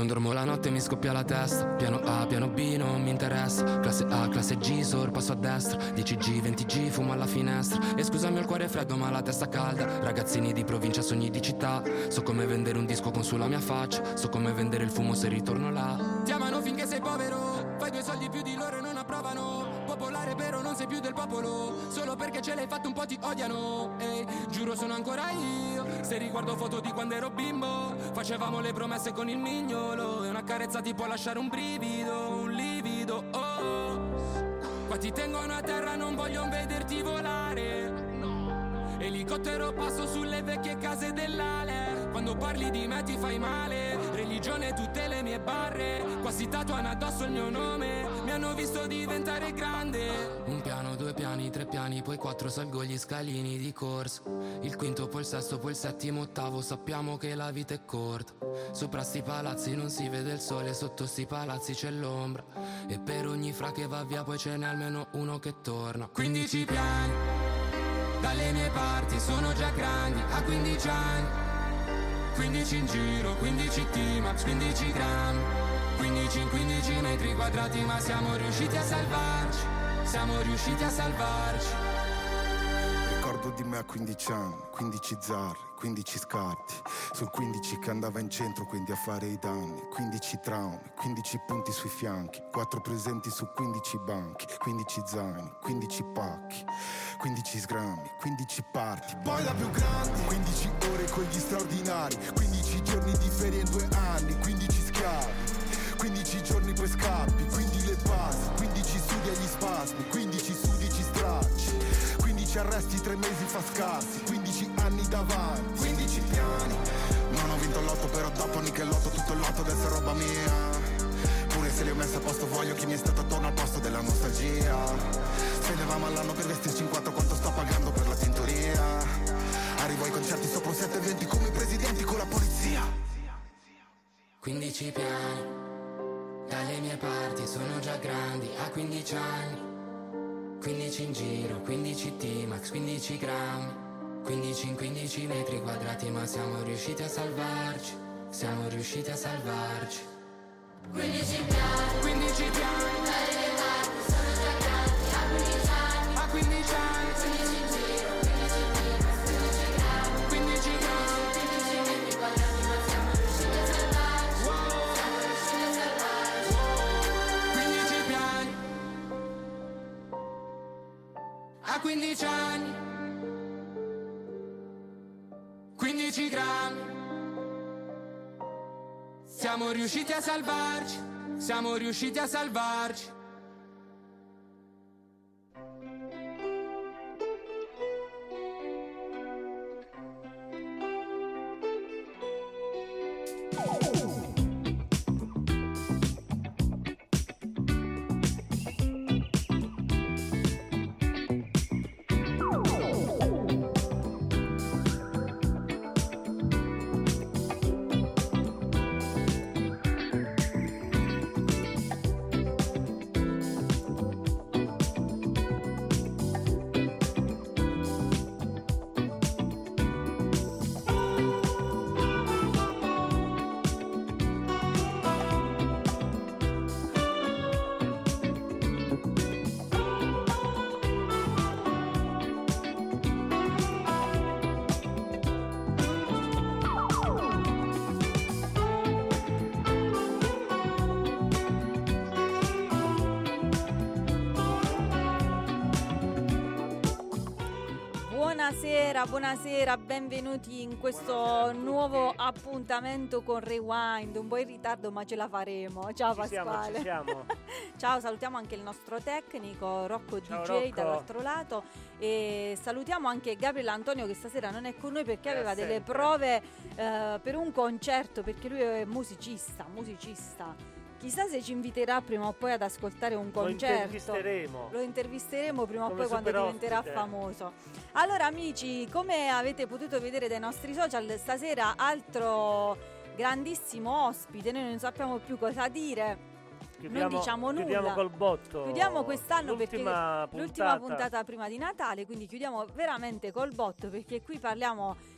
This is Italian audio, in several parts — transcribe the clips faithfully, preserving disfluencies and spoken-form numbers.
dormo la notte mi scoppia la testa. Piano A, piano B non mi interessa. Classe A, classe G, sorpasso a destra. dieci G, venti G, fumo alla finestra. E scusami il cuore è freddo ma la testa calda. Ragazzini di provincia, sogni di città. So come vendere un disco con sulla mia faccia. So come vendere il fumo se ritorno là. Ti amano finché sei povero. Fai due soldi più di loro e non approvano. Popolare però non sei più del popolo. Solo perché ce l'hai fatto un po' ti odiano. Ehi, giuro sono ancora io. Se riguardo foto di quando ero bimbo, facevamo le promesse con il mignolo. E una carezza ti può lasciare un brivido, un livido, oh. Qua ti tengono a terra, non voglio vederti volare. Elicottero passo sulle vecchie case dell'Ale. Quando parli di me ti fai male. Religione tutte le mie barre. Qua si tatuano addosso il mio nome. Mi hanno visto diventare grande. Un piano, due piani, tre piani, poi quattro, salgo gli scalini di corsa. Il quinto, poi il sesto, poi il settimo, ottavo. Sappiamo che la vita è corta. Sopra sti palazzi non si vede il sole. Sotto sti palazzi c'è l'ombra. E per ogni fra che va via poi ce n'è almeno uno che torna. quindici piani dalle mie parti sono già grandi, a quindici anni. quindici in giro, quindici T-Max, quindici grammi. quindici in quindici metri quadrati, ma siamo riusciti a salvarci. Siamo riusciti a salvarci. Ricordo di me a quindici anni, quindici zarre, quindici scarti. Sul quindici che andava in centro, quindi a fare i danni. quindici traumi, quindici punti sui fianchi. quattro presenti su quindici banchi. quindici zaini, quindici pacchi. quindici sgrammi, quindici parti. Poi la più grande, quindici ore con gli straordinari. quindici giorni di ferie in due anni. quindici schiavi, quindici giorni poi scappi. quindi le basi, quindici studi agli spasmi. quindici sudici stracci. quindici arresti, tre mesi fa scarsi. quindici anni davanti, quindici piani. Non ho vinto l'otto però dopo Nichelotto. Tutto il lotto adesso è roba mia. Pure se li ho messi a posto voglio chi mi è stato attorno al posto della nostalgia. Spendevamo all'anno per vestirci in quattro, quanto sto pagando per la tintoria. Arrivo ai concerti sopra un sette venti come i presidenti con la polizia. quindici piani dalle mie parti sono già grandi, a quindici anni. quindici in giro, quindici T-Max, quindici grammi. quindici in quindici metri quadrati, ma siamo riusciti a salvarci. Siamo riusciti a salvarci. quindici piani, quindici piani dalle mie parti sono già grandi, a quindici anni. a quindici anni. quindici in giro, quindici T-Max, quindici grammi. quindici grammi. quindici metri quadrati, ma siamo riusciti a salvarci. Wow. Siamo riusciti a salvarci. quindici piani a quindici anni. quindici grammi. Siamo riusciti a salvarci. Siamo riusciti a salvarci. Buonasera, buonasera, benvenuti in questo nuovo appuntamento con Rewind, un po' in ritardo ma ce la faremo. Ciao Ci siamo, Pasquale. ci siamo. Ciao, salutiamo anche il nostro tecnico Rocco Ciao, D J Rocco. dall'altro lato e salutiamo anche Gabriele Antonio che stasera non è con noi perché È aveva assente. delle prove eh, per un concerto, perché lui è musicista, musicista. Chissà se ci inviterà prima o poi ad ascoltare un Lo concerto. intervisteremo. Lo intervisteremo prima o Come poi quando super diventerà ospite. famoso. Allora amici, come avete potuto vedere dai nostri social, stasera altro grandissimo ospite, noi non sappiamo più cosa dire. Chiudiamo, non diciamo nulla. Chiudiamo col botto. Chiudiamo quest'anno l'ultima perché l'ultima puntata. puntata prima di Natale, quindi chiudiamo veramente col botto perché qui parliamo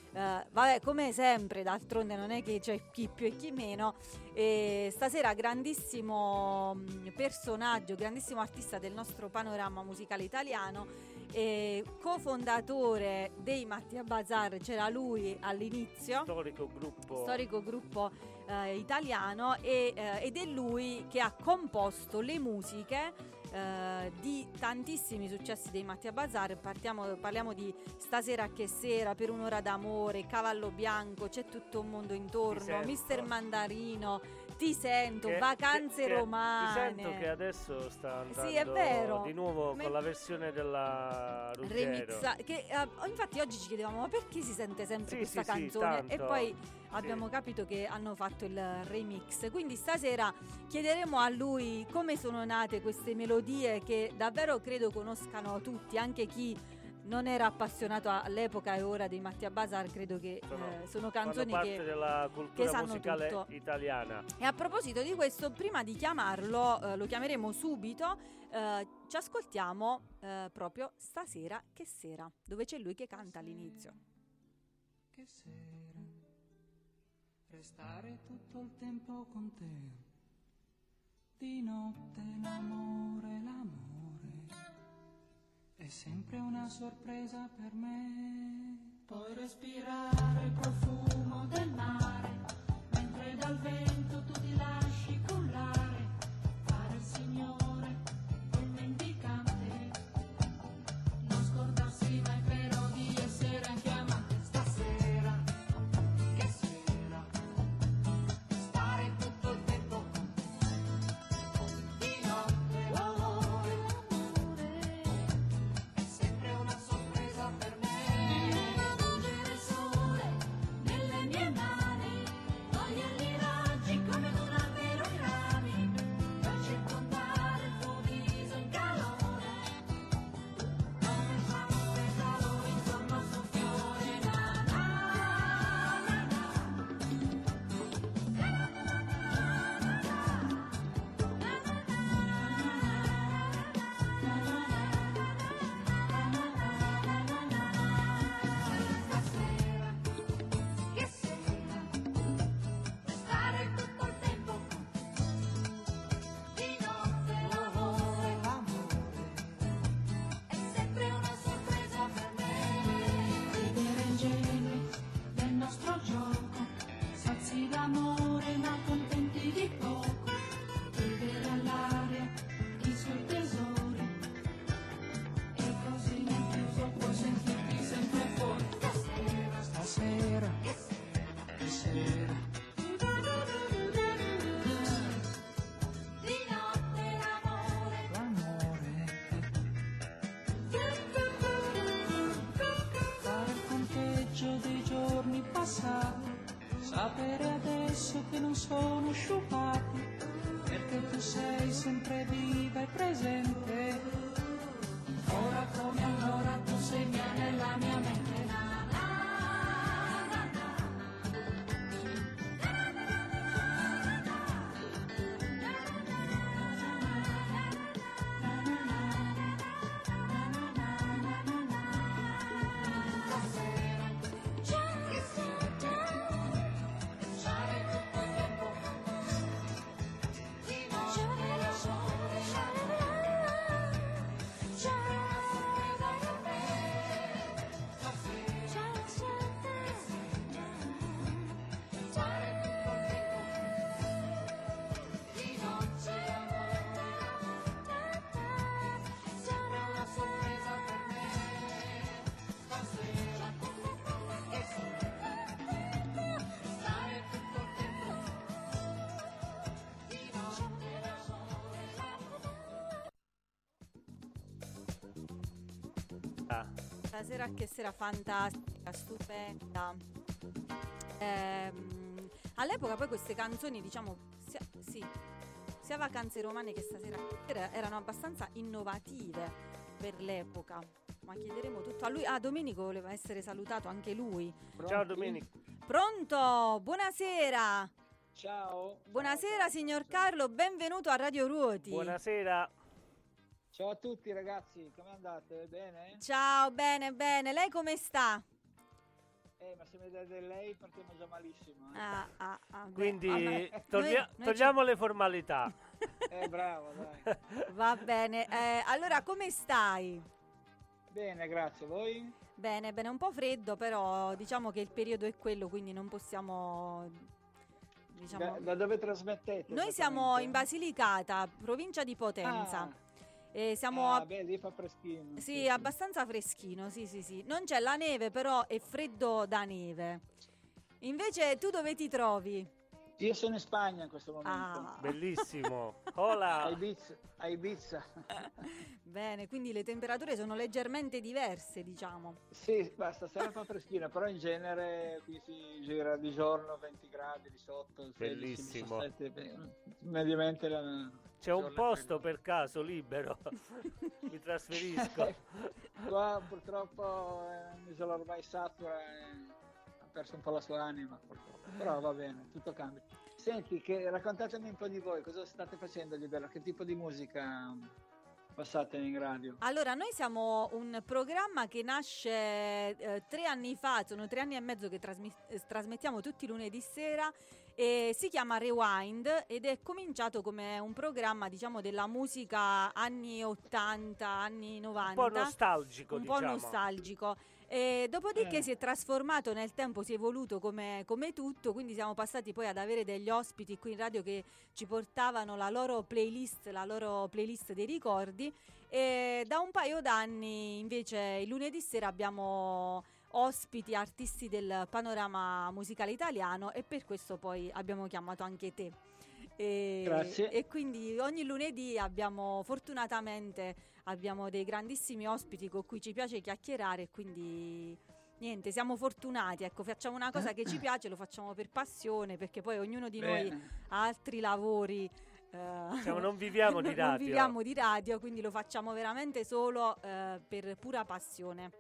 Uh, vabbè, come sempre, d'altronde non è che c'è chi più e chi meno. E stasera grandissimo mh, personaggio, grandissimo artista del nostro panorama musicale italiano, e cofondatore dei Mattia Bazar. C'era lui all'inizio, Storico gruppo. storico gruppo eh, italiano, e, eh, ed è lui che ha composto le musiche Uh, di tantissimi successi dei Mattia Bazar. Partiamo, parliamo di Stasera che sera, Per un'ora d'amore, Cavallo bianco, C'è tutto un mondo intorno, Mister Mandarino, Ti sento, che, Vacanze che, che, romane. Ti sento che adesso sta andando sì, è vero. di nuovo Me... con la versione della Ruggero. Remix, che, uh, infatti oggi ci chiedevamo ma perché si sente sempre sì, questa sì, canzone, sì, e poi sì. abbiamo capito che hanno fatto il remix. Quindi stasera chiederemo a lui come sono nate queste melodie che davvero credo conoscano tutti, anche chi non era appassionato all'epoca e ora dei Mattia Bazar. Credo che sono, eh, sono canzoni parte che, della che cultura sanno musicale tutto. italiana. E a proposito di questo, prima di chiamarlo, eh, lo chiameremo subito, eh, ci ascoltiamo eh, proprio Stasera che sera, dove c'è lui che canta all'inizio. Che sera, restare tutto il tempo con te, di notte l'amore, l'amore è sempre una sorpresa per me. Puoi respirare il profumo del mare, mentre dal vento tu ti lasci cullare, fare il signore e il mendicante, non scordarsi mai però di essere anche amante. Stasera, che sera, stare tutto il tempo con te, di notte l'amore, l'amore è sempre una sorpresa per me. Volgere il sole nelle mie mani, togliergli i raggi come ad un albero i rami, per circondare il tuo viso in calore, come il amore calore intorno al suo fiore. Na na na Stasera, che sera, stare tutto il tempo con te, di notte l'amore, l'amore è sempre una sorpresa per me. Ridere ingenui del nostro gioco, sazi d'amore ma contenti di poco, vivere all'aria i suoi tesori, e così nel chiuso puoi sentirti sempre fuori. Stasera, Stasera, che che sera, di notte l'amore, l'amore, fare il conteggio dei giorni passati, sapere adesso che non sono sciupati, perché tu sei sempre viva e presente, ora come allora tu sei mia nella mia mente. Na, na, na, na. Stasera, che sera, stare tutto il tempo con te, di notte l'amore, Stasera che sera fantastica, stupenda. Ehm, all'epoca poi queste canzoni, diciamo, sia, sì, sia Vacanze romane che Stasera che sera erano abbastanza innovative per l'epoca. Ma chiederemo tutto a lui. Ah, Domenico voleva essere salutato anche lui. Ciao Domenico. Pronto? Buonasera. Ciao. Buonasera signor Carlo, benvenuto a Radio Ruoti. Buonasera. Ciao a tutti ragazzi, come andate? Bene? Ciao, bene, bene. Lei come sta? Eh, Eh, ma se mi dai del lei partiamo già malissimo. Eh, Ah, ah, ah, beh, Quindi vabbè. toglia- Noi- noi togliamo le formalità. eh bravo, dai. ci- Va bene. Eh, allora, come stai? Bene, grazie. Voi? Bene, bene, un po' freddo, però diciamo che il periodo è quello, quindi non possiamo, diciamo... Da, da dove trasmettete? Noi siamo in esattamente? Basilicata, provincia di Potenza. Ah, E siamo ah, a- beh, lì fa freschino. sì, abbastanza freschino, sì, sì, sì. Non c'è la neve, però è freddo da neve. Invece tu dove ti trovi? Io sono in Spagna in questo momento. Ah, Bellissimo. A Hola. Ibiza. A Ibiza. bene, quindi le temperature sono leggermente diverse, diciamo. Sì, beh, stasera fa freschino, però in genere qui si gira di giorno venti gradi, di sotto, sedici, Bellissimo. diciassette, beh, mediamente la... C'è un giorno è posto freddo. per caso libero? Mi trasferisco. Qua purtroppo è un'isola ormai satura e ha perso un po' la sua anima, purtroppo. Però va bene, tutto cambia. Senti, che, raccontatemi un po' di voi, cosa state facendo di bello, che tipo di musica passate in radio? Allora, noi siamo un programma che nasce eh, tre anni fa, sono tre anni e mezzo che trasmi- eh, trasmettiamo tutti i lunedì sera e si chiama Rewind ed è cominciato come un programma, diciamo, della musica anni ottanta, anni Un novanta. po' nostalgico, un po' diciamo. nostalgico. E dopodiché Eh. si è trasformato nel tempo, si è evoluto come, come tutto, quindi siamo passati poi ad avere degli ospiti qui in radio che ci portavano la loro playlist, la loro playlist dei ricordi e da un paio d'anni invece il lunedì sera abbiamo ospiti, artisti del panorama musicale italiano e per questo poi abbiamo chiamato anche te. E, Grazie. e quindi ogni lunedì abbiamo fortunatamente abbiamo dei grandissimi ospiti con cui ci piace chiacchierare e quindi niente, siamo fortunati, ecco, facciamo una cosa che ci piace, lo facciamo per passione perché poi ognuno di noi Bene. ha altri lavori. eh, Diciamo, non viviamo di non radio. viviamo di radio, quindi lo facciamo veramente solo eh, per pura passione.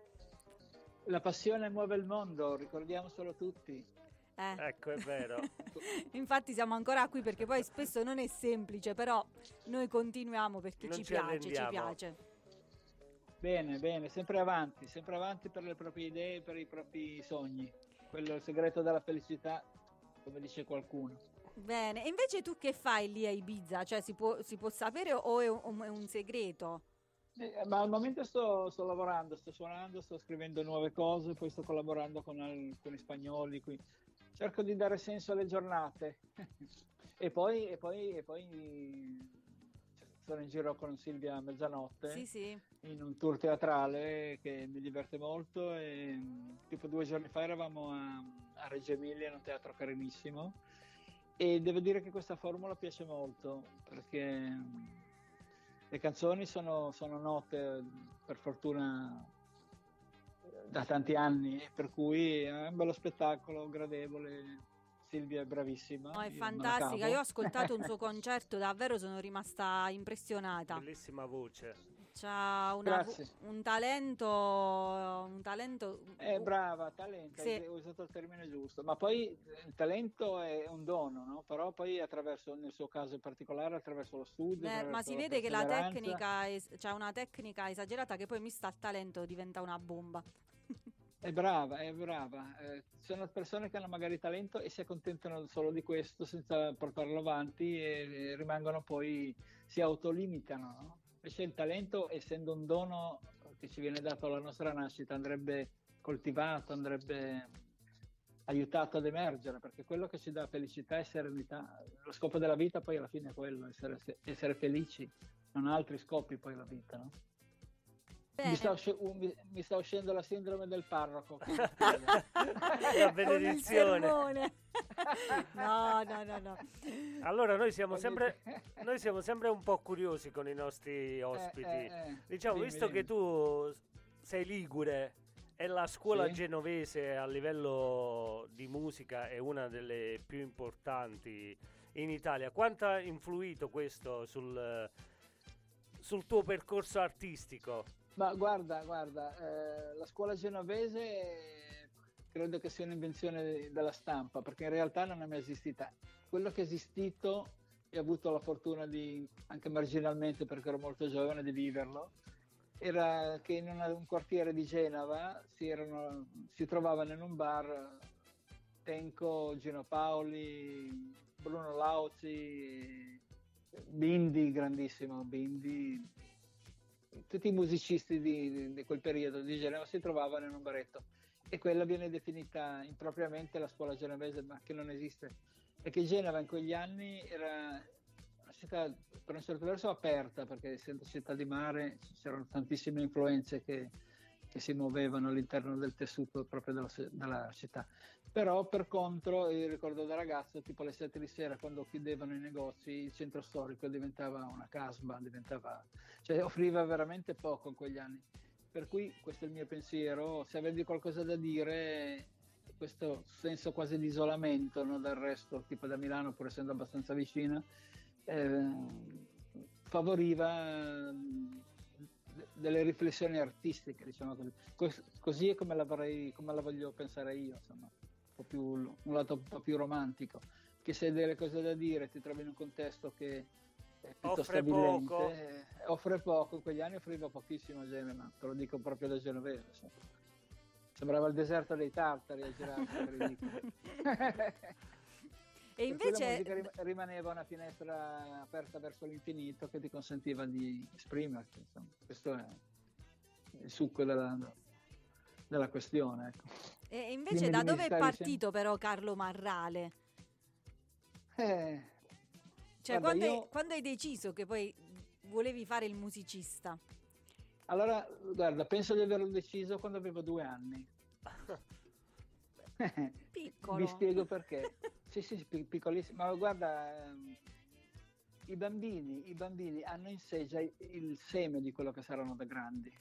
La passione muove il mondo, ricordiamocelo tutti. Eh. Ecco, è vero. Infatti siamo ancora qui perché poi spesso non è semplice, però noi continuiamo perché Non ci ci piace, ci arrendiamo. piace. Bene, bene, sempre avanti, sempre avanti per le proprie idee, per i propri sogni. Quello è il segreto della felicità, come dice qualcuno. Bene, e invece tu che fai lì a Ibiza? Cioè si può, si può sapere o è un, è un segreto? Eh, ma al momento sto, sto lavorando, sto suonando, sto scrivendo nuove cose, poi sto collaborando con alcuni spagnoli qui. Cerco di dare senso alle giornate. e poi, e poi, e poi sono in giro con Silvia a mezzanotte Sì, sì. in un tour teatrale che mi diverte molto e mm, tipo due giorni fa eravamo a, a Reggio Emilia in un teatro carinissimo e devo dire che questa formula piace molto perché mm, le canzoni sono, sono note per fortuna da tanti anni e per cui è un bello spettacolo, gradevole. Silvia è bravissima. No, è io me la fantastica. cavo. Io ho ascoltato un suo concerto, davvero sono rimasta impressionata. Bellissima voce. C'ha una vo- Grazie. un talento, un talento. È brava, talento, Sì. hai usato il termine giusto, ma poi eh, il talento è un dono, no? Però poi attraverso, nel suo caso in particolare, attraverso lo studio, Eh, ma attraverso si la vede che la perseveranza. tecnica è, c'ha una tecnica esagerata che poi mista al talento diventa una bomba. È brava, è brava. Eh, ci sono persone che hanno magari talento e si accontentano solo di questo senza portarlo avanti e, e rimangono poi, si autolimitano, no? Invece il talento, essendo un dono che ci viene dato alla nostra nascita, andrebbe coltivato, andrebbe aiutato ad emergere, perché quello che ci dà felicità e serenità, lo scopo della vita poi alla fine è quello, essere, essere felici, non ha altri scopi poi la vita, no? Mi sta, usci- un- mi- mi sta uscendo la sindrome del parroco. La benedizione. Con il sermone. No, no, no, no. Allora noi siamo Voglio sempre dire- noi siamo sempre un po' curiosi con i nostri ospiti. Eh, eh, eh. Diciamo, Dimmi, visto che dimmi. tu sei ligure e la scuola Sì. genovese a livello di musica è una delle più importanti in Italia, quanto ha influito questo sul, sul tuo percorso artistico? Ma guarda, guarda, eh, la scuola genovese eh, credo che sia un'invenzione de- della stampa, perché in realtà non è mai esistita. Quello che è esistito e ho avuto la fortuna di, anche marginalmente perché ero molto giovane, di viverlo, era che in una- un quartiere di Genova si, erano, si trovavano in un bar Tenco, Gino Paoli, Bruno Lauzi, Bindi, grandissimo Bindi, tutti i musicisti di, di- di quel periodo di Genova si trovavano in un baretto, e quella viene definita impropriamente la scuola genovese, ma che non esiste, perché Genova in quegli anni era una città per un certo verso aperta, perché essendo città di mare c'erano tantissime influenze che, che si muovevano all'interno del tessuto proprio della, della città. Però per contro, io ricordo da ragazzo, tipo alle sette di sera, quando chiudevano i negozi, il centro storico diventava una casba, diventava, cioè offriva veramente poco in quegli anni. Per cui questo è il mio pensiero: se avevi qualcosa da dire, questo senso quasi di isolamento, no, dal resto, tipo da Milano, pur essendo abbastanza vicina, eh, favoriva eh, delle riflessioni artistiche, diciamo così. Cos- così è come la, vorrei, come la voglio pensare io, insomma, un po' più, un lato un po' più romantico, che se hai delle cose da dire ti trovi in un contesto che è piuttosto Offre avvilente, poco. eh, offre poco. In quegli anni offriva pochissimo a Genova, te lo dico proprio da genovese, insomma. Sembrava il deserto dei tartari a girare, incredibile. E Per cui la invece musica rim- rimaneva una finestra aperta verso l'infinito che ti consentiva di esprimerti, insomma. Questo è il succo della, della questione, ecco. E invece Dimmi, da dimmi, dove è stavi partito però Carlo Marrale? Eh, Cioè, guarda, quando, hai, io quando hai deciso che poi volevi fare il musicista? allora, guarda, penso di averlo deciso quando avevo due anni. Piccolo. Vi spiego perché. Sì, sì, pi- piccolissimo. Ma guarda, ehm, i bambini, i bambini hanno in sé già il il seme di quello che saranno da grandi.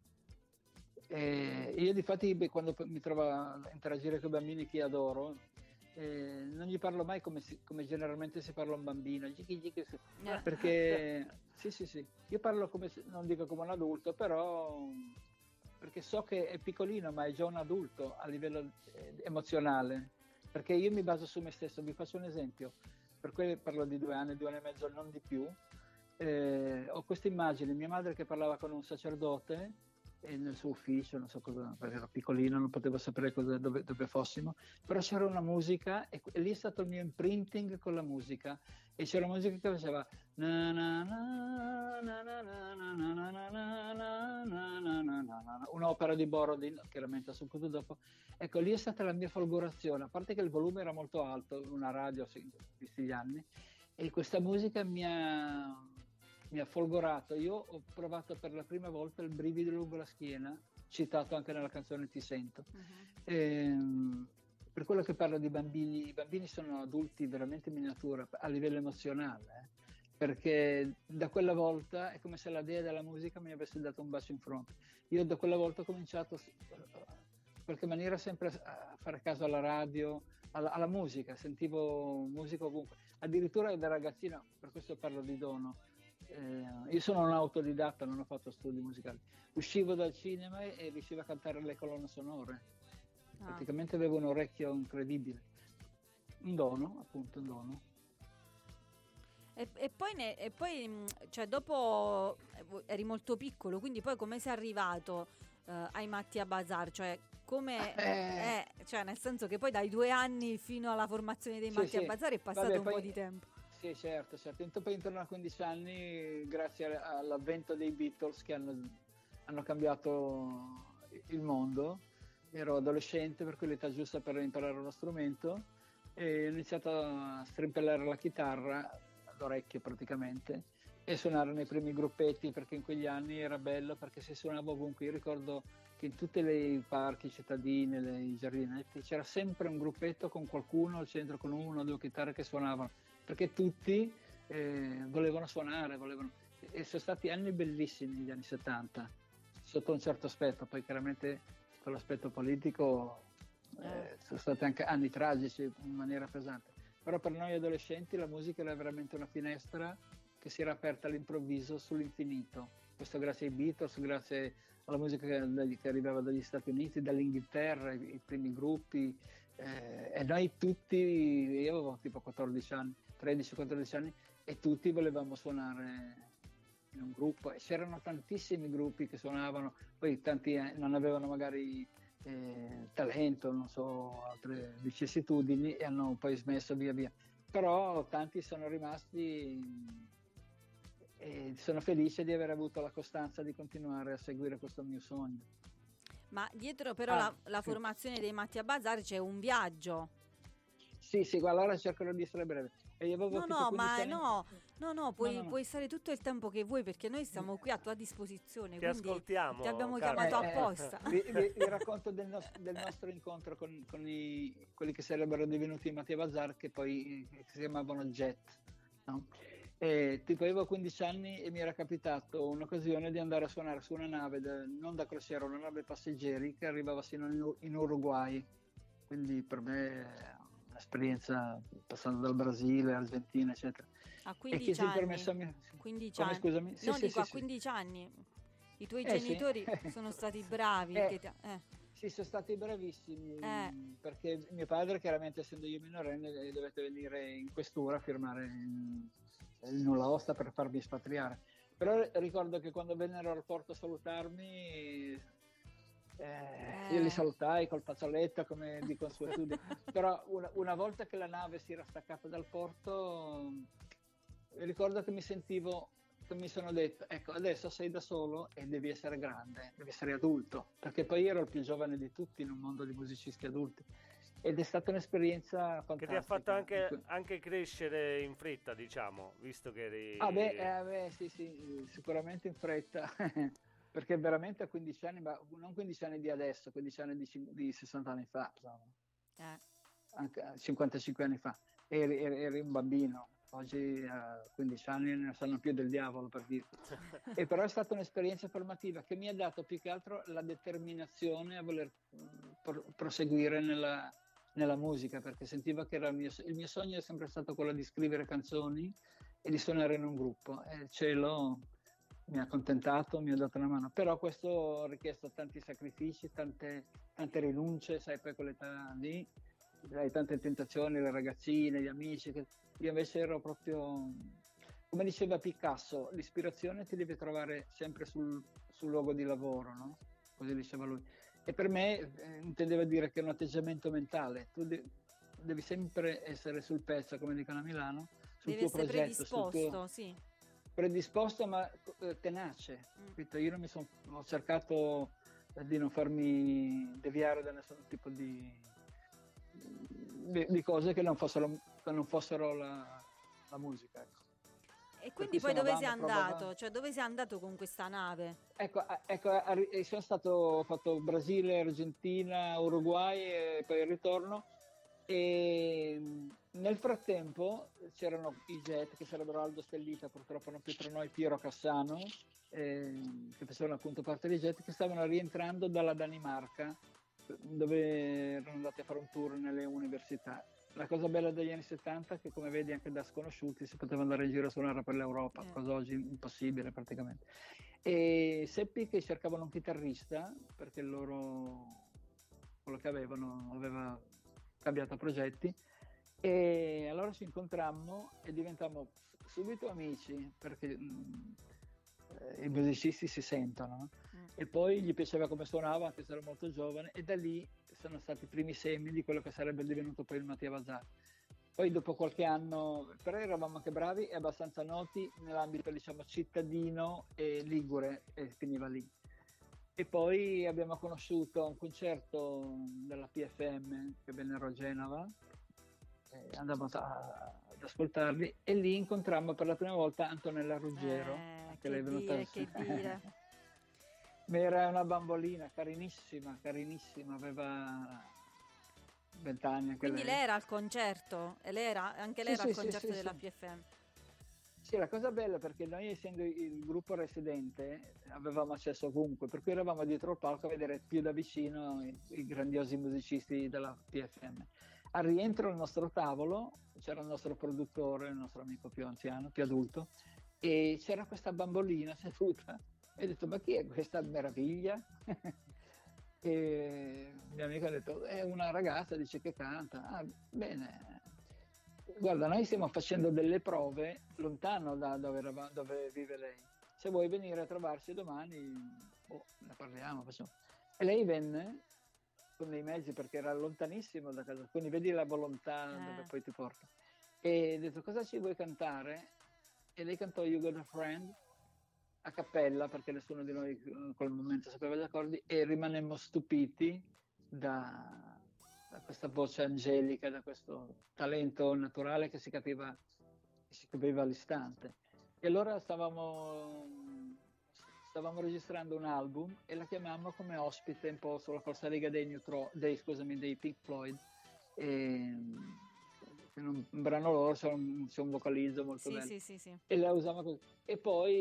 E io difatti beh, quando p- mi trovo a interagire con i bambini che adoro, eh, non gli parlo mai come, si- come generalmente si parla a un bambino, gigi, gigi, se- Eh. perché sì, sì, sì, io parlo come, se- non dico come un adulto, però perché so che è piccolino, ma è già un adulto a livello eh, emozionale, perché io mi baso su me stesso. Vi faccio un esempio, per cui parlo di due anni, due anni e mezzo, non di più. Eh, ho questa immagine, mia madre che parlava con un sacerdote e nel suo ufficio, non so cosa, perché ero piccolino, non potevo sapere cosa, dove, dove fossimo, però c'era una musica e, e lì è stato il mio imprinting con la musica, e c'era una musica che faceva na na na na na na na na na na na na na na na, un'opera di Borodin, chiaramente ho saputo dopo. Ecco, lì è stata la mia folgorazione, a parte che il volume era molto alto, una radio, sì, visti gli anni, e questa musica mi ha, mi ha folgorato. Io ho provato per la prima volta il brivido lungo la schiena, citato anche nella canzone Ti sento. Mhm. Ehm, per quello che parlo di bambini, i bambini sono adulti veramente in miniatura a livello emozionale, eh, perché da quella volta è come se la dea della musica mi avesse dato un bacio in fronte. Io da quella volta ho cominciato s- in qualche maniera sempre a fare caso alla radio, alla, alla musica, sentivo musica ovunque, addirittura da ragazzino, per questo parlo di dono. Eh, io sono un autodidatta, non ho fatto studi musicali. Uscivo dal cinema e, e riuscivo a cantare le colonne sonore. Ah. Praticamente avevo un orecchio incredibile. Un dono, appunto, un dono. E, e poi, ne- e poi mh, cioè, dopo eh, vo- eri molto piccolo, quindi poi come sei arrivato eh, ai Mattia Bazar? Cioè, come, Eh. eh, cioè, nel senso che poi dai due anni fino alla formazione dei Sì, Mattia sì. Bazar è passato Vabbè, un poi- po' di tempo. Sì, certo, certo. Intanto poi intorno a quindici anni, grazie a- all'avvento dei Beatles che hanno, hanno cambiato il mondo, ero adolescente, per cui l'età giusta per imparare uno strumento, e ho iniziato a strimpellare la chitarra all'orecchio praticamente e suonare nei primi gruppetti, perché in quegli anni era bello, perché si suonava ovunque. Io ricordo che in tutti i parchi cittadini, le- i giardinetti, c'era sempre un gruppetto con qualcuno al centro, con una o due chitarre che suonavano, perché tutti eh, volevano suonare, volevano. E sono stati anni bellissimi gli anni settanta, sotto un certo aspetto. Poi chiaramente con l'aspetto politico eh, sono stati anche anni tragici in maniera pesante, però per noi adolescenti la musica era veramente una finestra che si era aperta all'improvviso sull'infinito. Questo grazie ai Beatles, grazie alla musica che, che arrivava dagli Stati Uniti, dall'Inghilterra, i, i primi gruppi, eh, e noi tutti, io avevo tipo quattordici anni, tredici quattordici anni, e tutti volevamo suonare in un gruppo, e c'erano tantissimi gruppi che suonavano, poi tanti eh, non avevano magari eh, talento, non so, altre vicissitudini, e hanno poi smesso via via. Però tanti sono rimasti e sono felice di aver avuto la costanza di continuare a seguire questo mio sogno. Ma dietro però Ah, la, la sì. formazione dei Mattia Bazar c'è un viaggio. Sì, sì, guarda, allora cercherò di essere breve. E io avevo No, tipo no, quindici ma anni- no, no, no, puoi, no, no. puoi stare tutto il tempo che vuoi, perché noi siamo qui a tua disposizione. Ti quindi ascoltiamo, ti abbiamo Carmen. chiamato Eh, eh, apposta. vi, vi- vi racconto del, nos- del nostro incontro con, con i- quelli che sarebbero divenuti i Mattia Bazar, che poi eh, si chiamavano Jet, no? E tipo avevo quindici anni e mi era capitato un'occasione di andare a suonare su una nave, da- non da crociera, una nave passeggeri che arrivava sino in, in Uruguay. Quindi per me è un'esperienza passando dal Brasile, Argentina, eccetera. A E quindici chiesi il permesso a anni. mio... quindici Come, anni. scusami? Sì, No, sì, dico sì, a sì. quindici anni. I tuoi Eh, sì. genitori sono stati bravi. Eh, che ti- eh. Sì, sono stati bravissimi, Eh. perché mio padre, chiaramente essendo io minorenne, eh, dovette venire in questura a firmare il, il nulla osta per farmi espatriare. Però ricordo che quando vennero al porto a salutarmi, eh, io li salutai col fazzoletto come di consuetudine. Però una, una volta che la nave si era staccata dal porto, ricordo che mi sentivo, che mi sono detto, ecco, adesso sei da solo e devi essere grande, devi essere adulto, perché poi ero il più giovane di tutti in un mondo di musicisti adulti, ed è stata un'esperienza fantastica. Che ti ha fatto anche, In cui- anche crescere in fretta, diciamo, visto che eri... Ah beh, eh, beh, sì, sì, sicuramente in fretta, perché veramente a quindici anni, ma non quindici anni di adesso, quindici anni di, cin- di sessanta anni fa, insomma, Eh. anche cinquantacinque anni fa, eri, eri- eri un bambino. Oggi a quindici anni ne sanno più del diavolo, per dire. E però è stata un'esperienza formativa che mi ha dato più che altro la determinazione a voler mh, pro- proseguire nella, nella musica, perché sentivo che era il mio, il mio sogno è sempre stato quello di scrivere canzoni e di suonare in un gruppo, e il cielo mi ha accontentato, mi ha dato una mano. Però questo ha richiesto tanti sacrifici, tante, tante rinunce, sai, poi quell'età lì hai tante tentazioni, le ragazzine, gli amici. Che... Io invece ero proprio, come diceva Picasso, l'ispirazione ti devi trovare sempre sul, sul luogo di lavoro, no? Così diceva lui. E per me eh, intendeva dire che è un atteggiamento mentale, tu de- devi sempre essere sul pezzo, come dicono a Milano, sul Devi tuo essere progetto, sul predisposto, tuo... sì. predisposto ma eh, tenace. Mm. Capito? Io non mi son, ho cercato eh, di non farmi deviare da nessun tipo di, di, di cose che non fossero, che non fossero la, la musica. Ecco. E quindi cui poi dove sei suonavamo, andato? provavamo. Cioè dove sei andato con questa nave? Ecco, a- ecco arri- e sono stato, ho fatto Brasile, Argentina, Uruguay e poi il ritorno. E mh, nel frattempo c'erano i Jet, che sarebbero Aldo Stellita, purtroppo non più tra noi, Piero Cassano, ehm, che facevano appunto parte dei Jet, che stavano rientrando dalla Danimarca, dove erano andati a fare un tour nelle università. La cosa bella degli anni settanta è che, come vedi, anche da sconosciuti si poteva andare in giro a suonare per l'Europa, Eh. cosa oggi impossibile praticamente. E seppi che cercavano un chitarrista, perché il loro, quello che avevano, aveva cambiato progetti, e allora ci incontrammo e diventammo subito amici, perché mh, eh, i musicisti si sentono, no? Mm. E poi gli piaceva come suonava, anche se era molto giovane, e da lì sono stati i primi semi di quello che sarebbe divenuto poi il Mattia Bazar. Poi dopo qualche anno, però eravamo anche bravi e abbastanza noti nell'ambito, diciamo, cittadino e ligure, e finiva lì. E poi abbiamo conosciuto a un concerto della P F M che vennero a Genova, e andavamo a- ad ascoltarli, e lì incontrammo per la prima volta Antonella Ruggero, Eh, che lei è che venuta dire, che dire. Ma era una bambolina, carinissima, carinissima, aveva vent'anni anche Quindi lei. lei era al concerto, e lei era, anche lei Sì, era al sì, sì, concerto sì, della sì. P F M. Sì, la cosa bella, perché noi, essendo il gruppo residente, avevamo accesso ovunque, per cui eravamo dietro il palco a vedere più da vicino i, i grandiosi musicisti della P F M. Al rientro al nostro tavolo c'era il nostro produttore, il nostro amico più anziano, più adulto, e c'era questa bambolina seduta, e ho detto: ma chi è questa meraviglia? E mio amico ha detto: è una ragazza, dice che canta. Ah, bene. Guarda, noi stiamo facendo delle prove lontano da dove, eravamo- dove vive lei, se vuoi venire a trovarci domani, boh, ne parliamo, facciamo. E lei venne con dei mezzi perché era lontanissimo da casa, quindi vedi la volontà Eh. dove poi ti porta. E ho detto, cosa ci vuoi cantare? E lei cantò You Got a Friend a cappella, perché nessuno di noi in quel momento sapeva gli accordi, e rimanemmo stupiti da, da questa voce angelica, da questo talento naturale che si capiva, che si capiva all'istante. E allora stavamo, stavamo registrando un album e la chiamammo come ospite un po' sulla falsariga dei, Neutro, dei, scusami, dei Pink Floyd. E, in un, un brano loro c'è un, c'è un vocalizzo molto Sì, bello. sì, sì, sì. E la usiamo così. E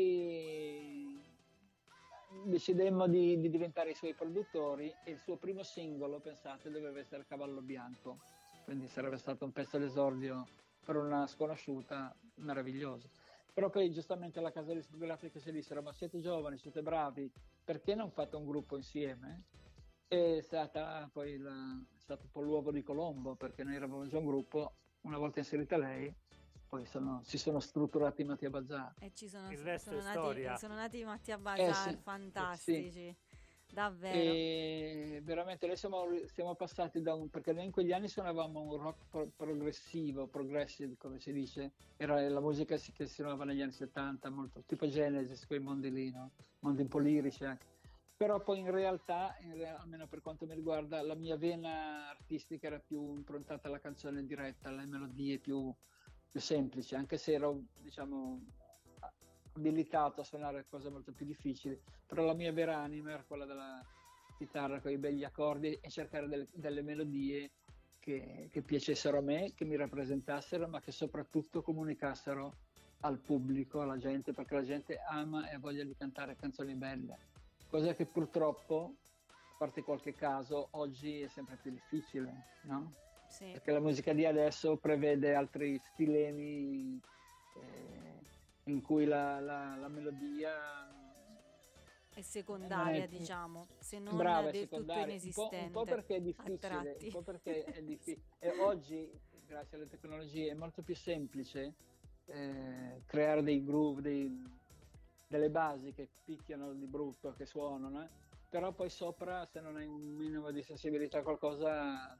poi decidemmo di, di diventare i suoi produttori e il suo primo singolo, pensate, doveva essere Cavallo Bianco, quindi sarebbe stato un pezzo d'esordio per una sconosciuta meravigliosa. Però poi giustamente la casa discografica si dissero, ma siete giovani, siete bravi, perché non fate un gruppo insieme? È stata poi la, è stato un po' l'uovo di Colombo, perché noi eravamo già un gruppo, una volta inserita lei, poi sono, si sono strutturati i Mattia Bazar. E ci sono, Il resto sono è nati, storia. sono nati i Mattia Bazar, Eh sì, fantastici, davvero. E veramente noi siamo, siamo passati da un, perché noi in quegli anni suonavamo un rock pro- progressivo, progressive come si dice, era la musica si- che si suonava negli anni settanta, molto tipo Genesis, quei mondi lì, no? Mondi un po' lirici anche. Però poi in realtà, in real- almeno per quanto mi riguarda, la mia vena artistica era più improntata alla canzone diretta, alle melodie più, più semplici, anche se ero, diciamo, abilitato a suonare cose molto più difficili, però la mia vera anima era quella della chitarra con i begli accordi e cercare delle, delle melodie che, che piacessero a me, che mi rappresentassero, ma che soprattutto comunicassero al pubblico, alla gente, perché la gente ama e ha voglia di cantare canzoni belle, cosa che purtroppo, a parte qualche caso, oggi è sempre più difficile, no? Sì. Perché la musica di adesso prevede altri stilemi eh, in cui la, la, la melodia È secondaria, non è- diciamo, se non brava, è del tutto secondaria, un po', inesistente. un po' perché è a difficile, tratti. un po' perché è difficile. E oggi, grazie alle tecnologie, è molto più semplice eh, creare dei groove, dei- delle basi che picchiano di brutto, che suonano, eh. Però poi sopra, se non hai un minimo di sensibilità a qualcosa,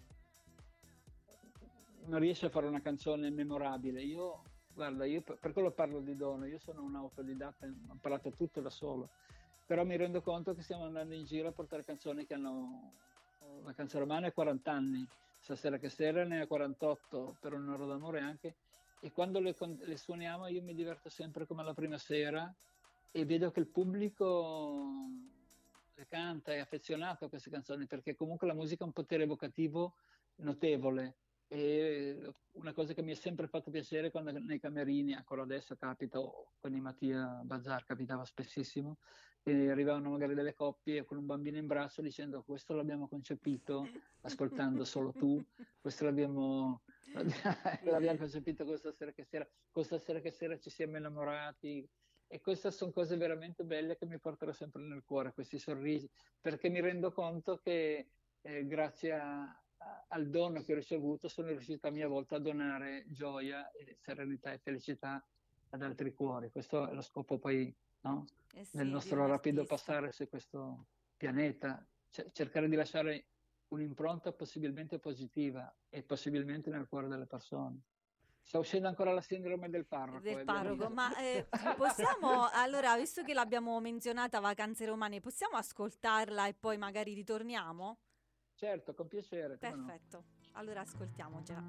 non riesci a fare una canzone memorabile. Io, guarda, io per per quello parlo di dono, io sono un autodidatta, ho imparato tutto da solo, però mi rendo conto che stiamo andando in giro a portare canzoni che hanno, la canzone romana ha quaranta anni, Stasera che sera ne ha quarantotto, per un oro d'amore anche, e quando le, con- le suoniamo io mi diverto sempre come la prima sera e vedo che il pubblico le canta, è affezionato a queste canzoni, perché comunque la musica ha un potere evocativo notevole. E una cosa che mi è sempre fatto piacere quando nei camerini, ancora adesso capita, o con i Mattia Bazar capitava spessissimo, che arrivavano magari delle coppie con un bambino in braccio dicendo questo l'abbiamo concepito ascoltando solo tu, questo l'abbiamo, l'abbiamo concepito questa sera che sera, questa sera che sera ci siamo innamorati. E queste sono cose veramente belle che mi porterò sempre nel cuore, questi sorrisi, perché mi rendo conto che eh, grazie a, a- al dono che ho ricevuto sono riuscito a mia volta a donare gioia, e serenità e felicità ad altri cuori. Questo è lo scopo poi, no? Eh sì, Del di nostro un rapido artista. passare su questo pianeta, C- cercare di lasciare un'impronta possibilmente positiva e possibilmente nel cuore delle persone. Sta uscendo ancora la sindrome del parroco, Del eh, vi parroco, avviso. ma eh, possiamo allora, visto che l'abbiamo menzionata Vacanze Romane, possiamo ascoltarla e poi magari ritorniamo? Certo, con piacere, come no. Perfetto, allora ascoltiamocela.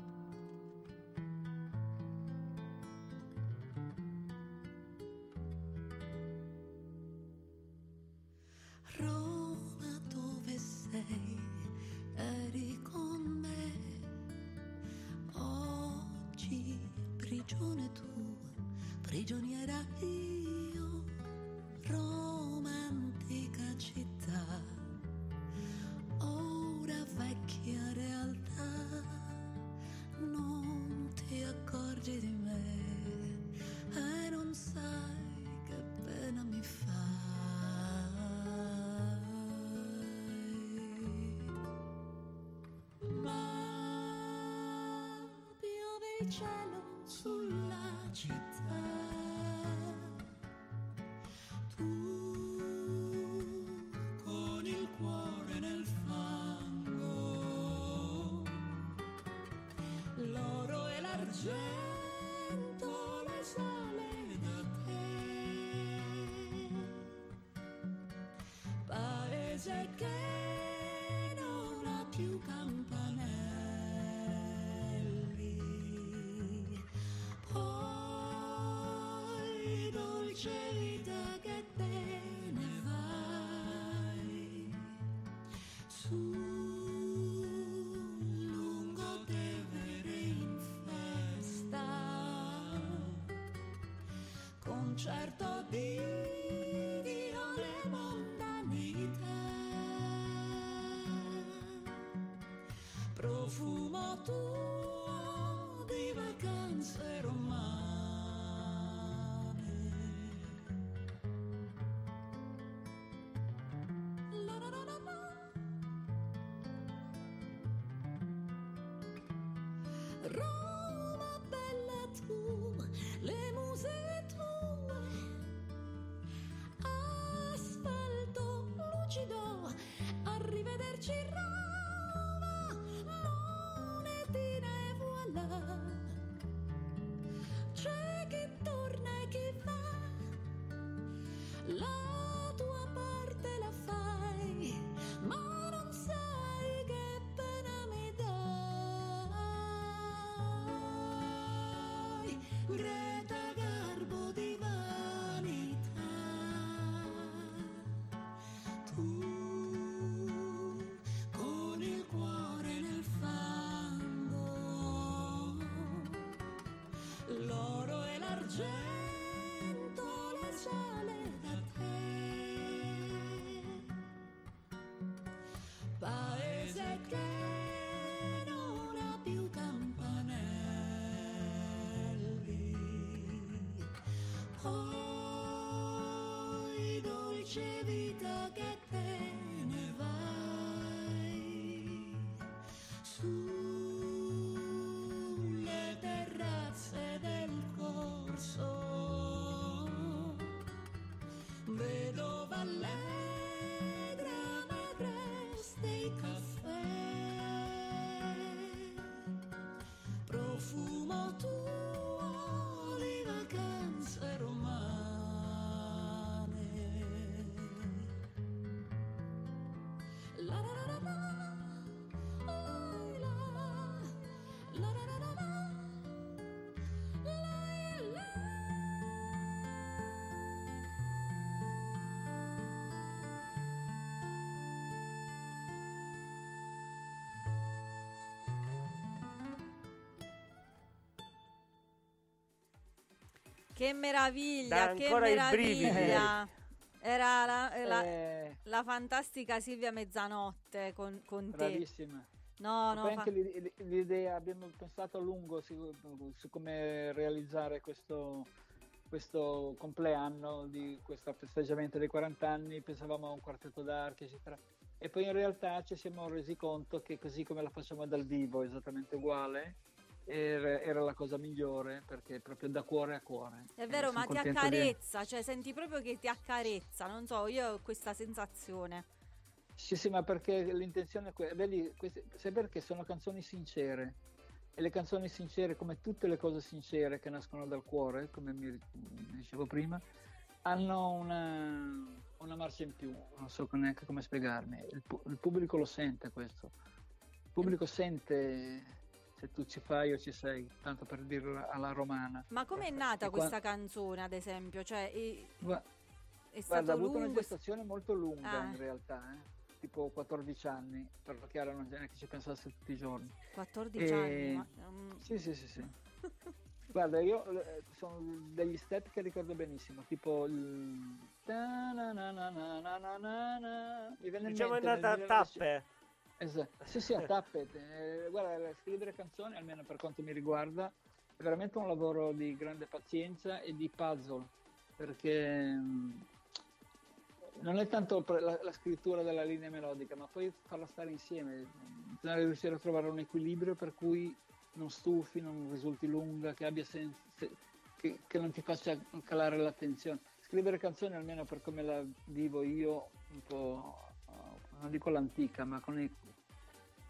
Roma, dove sei? Eri con me. Oggi prigione tu, prigioniera io. Roma, antica città, ora vecchia realtà. Non ti accorgi di me e non sai che pena mi fai. Ma piove il cielo sulla città l'argento le sale da te, paese che non ha più campanelli, poi dolce vita che te ne vai su lungo Tevere in festa, concerto di viole mondanità, profumo tuo di vacanze romane. La la la la la. Roma bella tu, le muse tue, asfalto lucido, arrivederci Roma, monetina e voilà, c'è chi torna e chi va, la tua parte la fai, ma non sai che pena mi dai. Greta Garbo di vanità, tu con il cuore nel fango, l'oro e l'argento le sale da te, paese che non ha più campanelli, poi dolce vita che te ne vai sulle terrazze del corso, vedova allegra nel resto dei caffè, profumo tuo di vacanze romane. La la la la la, ai la, la la la la la, lai la. Che meraviglia, Dà che ancora i brividi. meraviglia. Era la, la- Eh, la fantastica Silvia Mezzanotte con, con te. bravissima. No, no, Poi fa- anche l'i- l'idea, abbiamo pensato a lungo su, su come realizzare questo, questo compleanno di questo festeggiamento dei quaranta anni, pensavamo a un quartetto d'archi, eccetera. E poi in realtà ci siamo resi conto che così come la facciamo dal vivo, esattamente uguale, era, era la cosa migliore, perché è proprio da cuore a cuore. è E vero, sono ma ti contento di- accarezza, cioè senti proprio che ti accarezza, non so, io ho questa sensazione. Sì, sì, ma perché l'intenzione è quella. Vedi, queste- sai perché sono canzoni sincere. E le canzoni sincere, come tutte le cose sincere che nascono dal cuore, come mi mi dicevo prima, hanno una, una marcia in più. Non so neanche come spiegarmi. Il, pu- il pubblico lo sente questo. Il pubblico sente se tu ci fai o ci sei, tanto per dirla alla romana. Ma com'è nata E qua- questa canzone, ad esempio? Cioè, è, Gua- è Guarda, ha stato avuto una lungo? gestazione molto lunga Ah. in realtà, eh? Tipo quattordici anni, però chiaro non c'è che ci pensasse tutti i giorni. quattordici E- anni, ma, mm, Sì, sì, sì, sì. Guarda, io eh, sono degli step che ricordo benissimo, tipo il... ta-na-na-na-na-na-na-na. Mi viene in Diciamo è mente nel nata a millenovecento tappe. Esatto. Sì, sì, a tappe. Eh, guarda, scrivere canzoni, almeno per quanto mi riguarda, è veramente un lavoro di grande pazienza e di puzzle, perché mh, non è tanto per la, la scrittura della linea melodica, ma poi farla stare insieme. Bisogna riuscire a trovare un equilibrio per cui non stufi, non risulti lunga, che abbia senso, che, che non ti faccia calare l'attenzione. Scrivere canzoni, almeno per come la vivo io, un po', non dico l'antica, ma con i,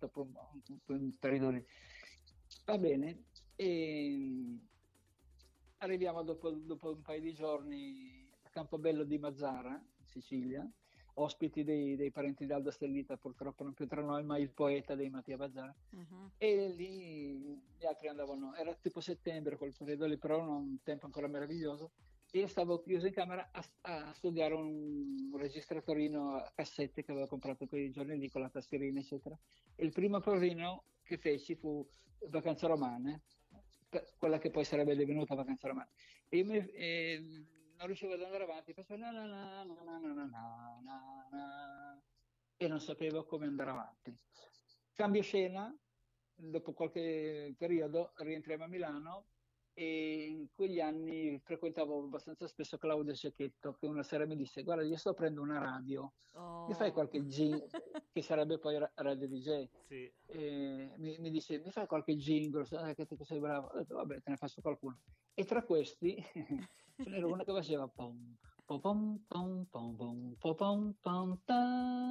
aperto per un, per un periodo lì. Va bene, e arriviamo dopo, dopo un paio di giorni a Campobello di Mazara, in Sicilia, ospiti dei, dei parenti di Aldo Stellita, purtroppo non più tra noi, ma il poeta dei Mattia Bazar. Mhm. E lì gli altri andavano, era tipo settembre quel periodo lì, però era un tempo ancora meraviglioso. E io stavo chiuso in camera a, a studiare un, un registratorino a cassette che avevo comprato quei giorni lì con la tastierina, eccetera. E il primo provino che feci fu Vacanze Romane, per- quella che poi sarebbe divenuta Vacanze Romane. E io mi, e non riuscivo ad andare avanti, facevo na na na na na na na na na na, e non sapevo come andare avanti. Cambio scena, dopo qualche periodo rientriamo a Milano e in quegli anni frequentavo abbastanza spesso Claudio Cecchetto, che una sera mi disse: guarda, io sto aprendo una radio, mi fai Oh. qualche jingle, che sarebbe poi ra- Radio D J. Sì. E mi, mi dice: mi fai qualche jingle, sai che, che sei bravo. Ho detto: vabbè, te ne faccio qualcuno. E tra questi ce n'era uno che faceva pom pom pom pom pom pom pom pom pom ta,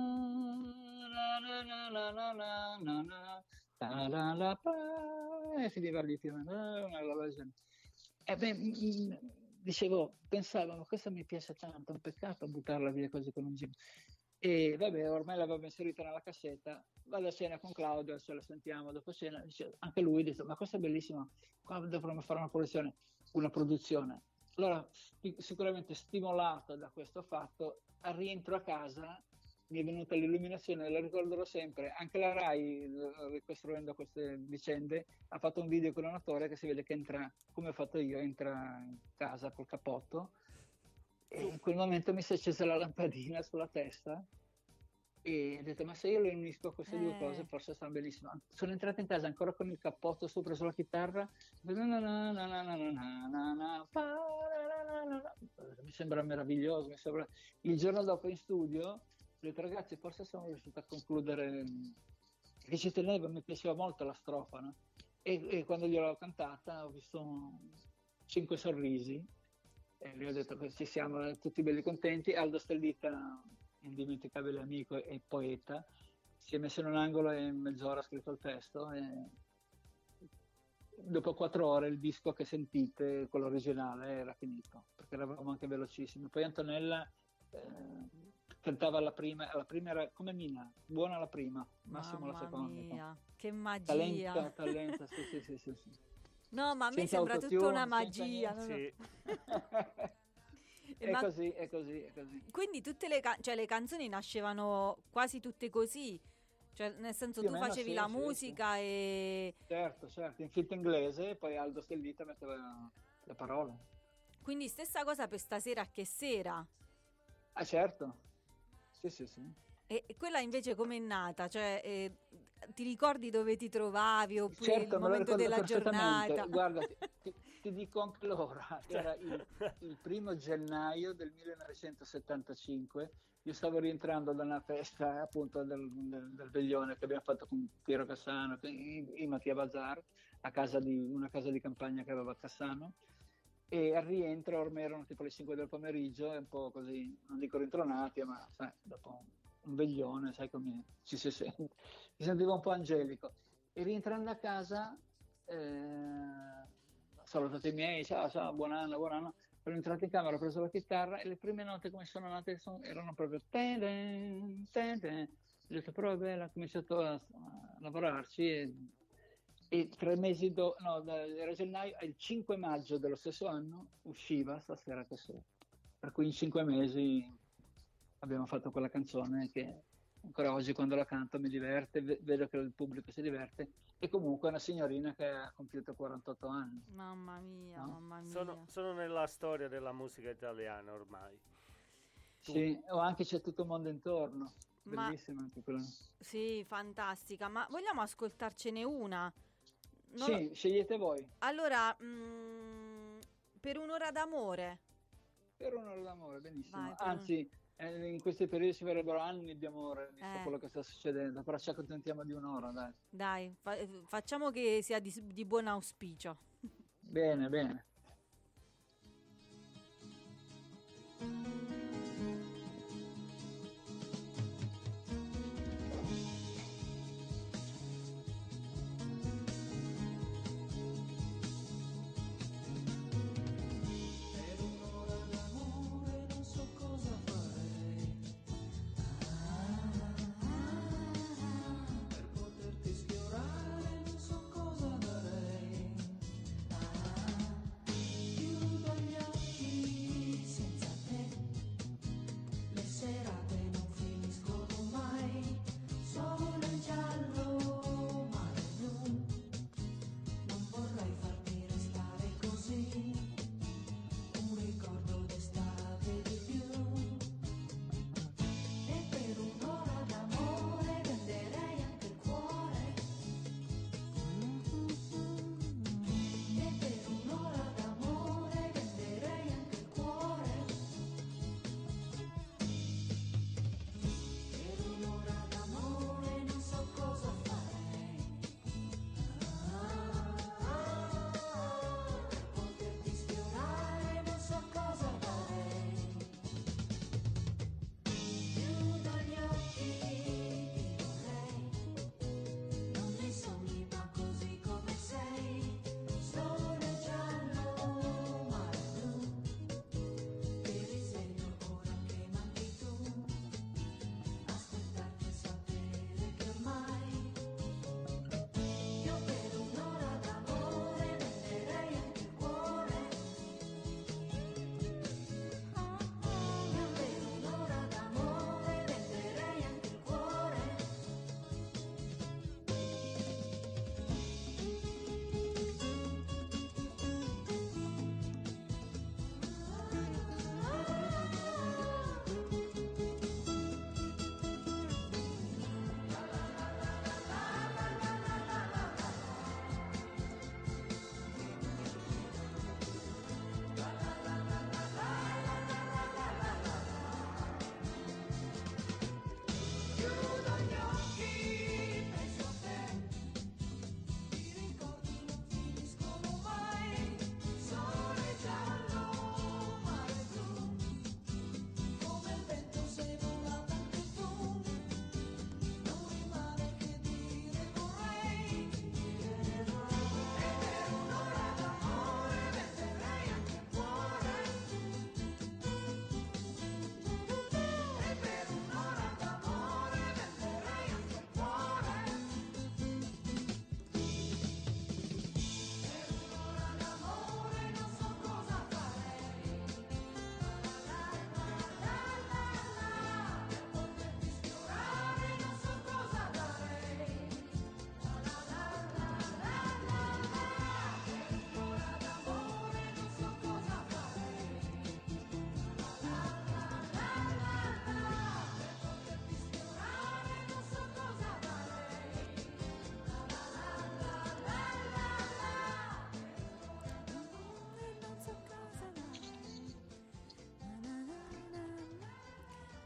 na na na na na na na na, ta la la pa, e finiva lì più o meno, una roba del genere. E beh, mm, dicevo, pensavo, ma questa mi piace tanto, è un peccato buttarla via così con un jingle. E vabbè, ormai l'avevo inserita nella cassetta, vado a cena con Claudio, ce la sentiamo dopo cena, dice- anche lui dice: ma questo è bellissimo, qua dovremmo fare una produzione, una produzione. Allora, sti- sicuramente stimolato da questo fatto, al rientro a casa mi è venuta l'illuminazione, la ricorderò sempre. Anche la Rai, eh, ricostruendo queste vicende, ha fatto un video con un attore che si vede che entra, come ho fatto io, entra in casa col cappotto, e in quel momento mi si è accesa la lampadina sulla testa e ho detto: ma se io le unisco queste due cose Eh. forse stanno benissimo. Sono entrato in casa ancora con il cappotto sopra sulla chitarra, na na na na na na na na na, pa, na na na na. Mi sembra meraviglioso, mi sembra... Il giorno dopo in studio ho detto: ragazzi, forse sono riuscito a concludere, perché ci tenevo, mi piaceva molto la strofa, no? E, e quando gliel'ho cantata ho visto cinque sorrisi e gli ho detto che ci siamo, eh, tutti belli contenti. Aldo Stellita, indimenticabile amico e poeta, si è messo in un angolo e in mezz'ora ha scritto il testo e dopo quattro ore il disco che sentite, quello originale, era finito, perché eravamo anche velocissimi. Poi Antonella eh, cantava la prima, la prima era come Mina, buona la prima, Massimo la Mamma seconda. mia, che magia. Talenta, talenta, sì, sì, sì, sì, sì. No, ma a me Senza sembra tutta autotune, una senza magia. niente. no, no. Sì. E È ma- così, è così, è così. Quindi tutte le, ca- cioè, le canzoni nascevano quasi tutte così, cioè nel senso Più o tu meno facevi sì, la sì, musica e Certo, certo, in filtro inglese, poi Aldo Stellita metteva le parole. quindi stessa cosa per stasera che sera. Ah, certo. Sì, sì, sì. E e quella invece com'è nata? Cioè, eh, ti ricordi dove ti trovavi oppure il Certo, me lo momento ricordo della perfettamente. giornata? Guarda, ti, ti- ti dico anche l'ora, era il, il primo gennaio del millenovecentosettantacinque. Io stavo rientrando da una festa appunto del, del, del veglione che abbiamo fatto con Piero Cassano in, in Mattia Bazar, a casa di una casa di campagna che aveva Cassano. E al rientro ormai erano tipo le cinque del pomeriggio, e un po' così, non dico rintronati, ma sai, dopo un veglione, sai come ci si sente, mi sentivo un po' angelico. E rientrando a casa, eh, ho salutato i miei, ciao, ciao, buon anno, buon anno. Sono entrato in camera, ho preso la chitarra e le prime note come sono nate son- erano proprio ten, ten, ten. Ho detto, però è bella, ho cominciato a, a lavorarci e, e tre mesi dopo, no, da- era gennaio, e il cinque maggio dello stesso anno usciva Stasera che so. Per cui in cinque mesi abbiamo fatto quella canzone che ancora oggi quando la canto mi diverte, ve- vedo che il pubblico si diverte e comunque è una signorina che ha compiuto quarantotto anni. Mamma mia, No? mamma mia. Sono, sono nella storia della musica italiana ormai. Sì, o anche C'è tutto il mondo intorno, Ma bellissima anche quella. sì, fantastica. Ma vogliamo ascoltarcene una? Non lo- Sì, scegliete voi. Allora, mm, per un'ora d'amore. Per un'ora d'amore, benissimo. Vai, per un- Anzi, eh, in questi periodi si verrebbero anni di amore, visto Eh. quello che sta succedendo, però ci accontentiamo di un'ora, dai. Dai, fa- eh, facciamo che sia di, di buon auspicio. Bene, bene. Per un'ora d'amore non so cosa farei. Per poterti sfiorare non so cosa darei.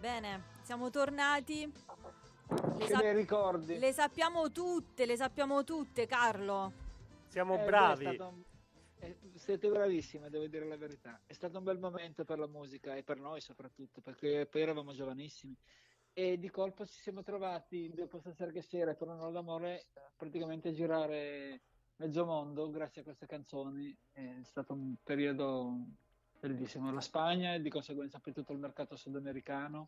Bene, siamo tornati. Le, Che sap- bei ricordi. le sappiamo tutte, le sappiamo tutte, Carlo. Siamo Eh, beh, bravi. è stato un- eh, siete bravissime, devo dire la verità. È stato un bel momento per la musica e per noi soprattutto, perché poi eravamo giovanissimi. E di colpo ci siamo trovati dopo stasera che sera per un'ora d'amore eh, praticamente a girare mezzo mondo grazie a queste canzoni. È stato un periodo bellissimo. La Spagna e di conseguenza poi tutto il mercato sudamericano.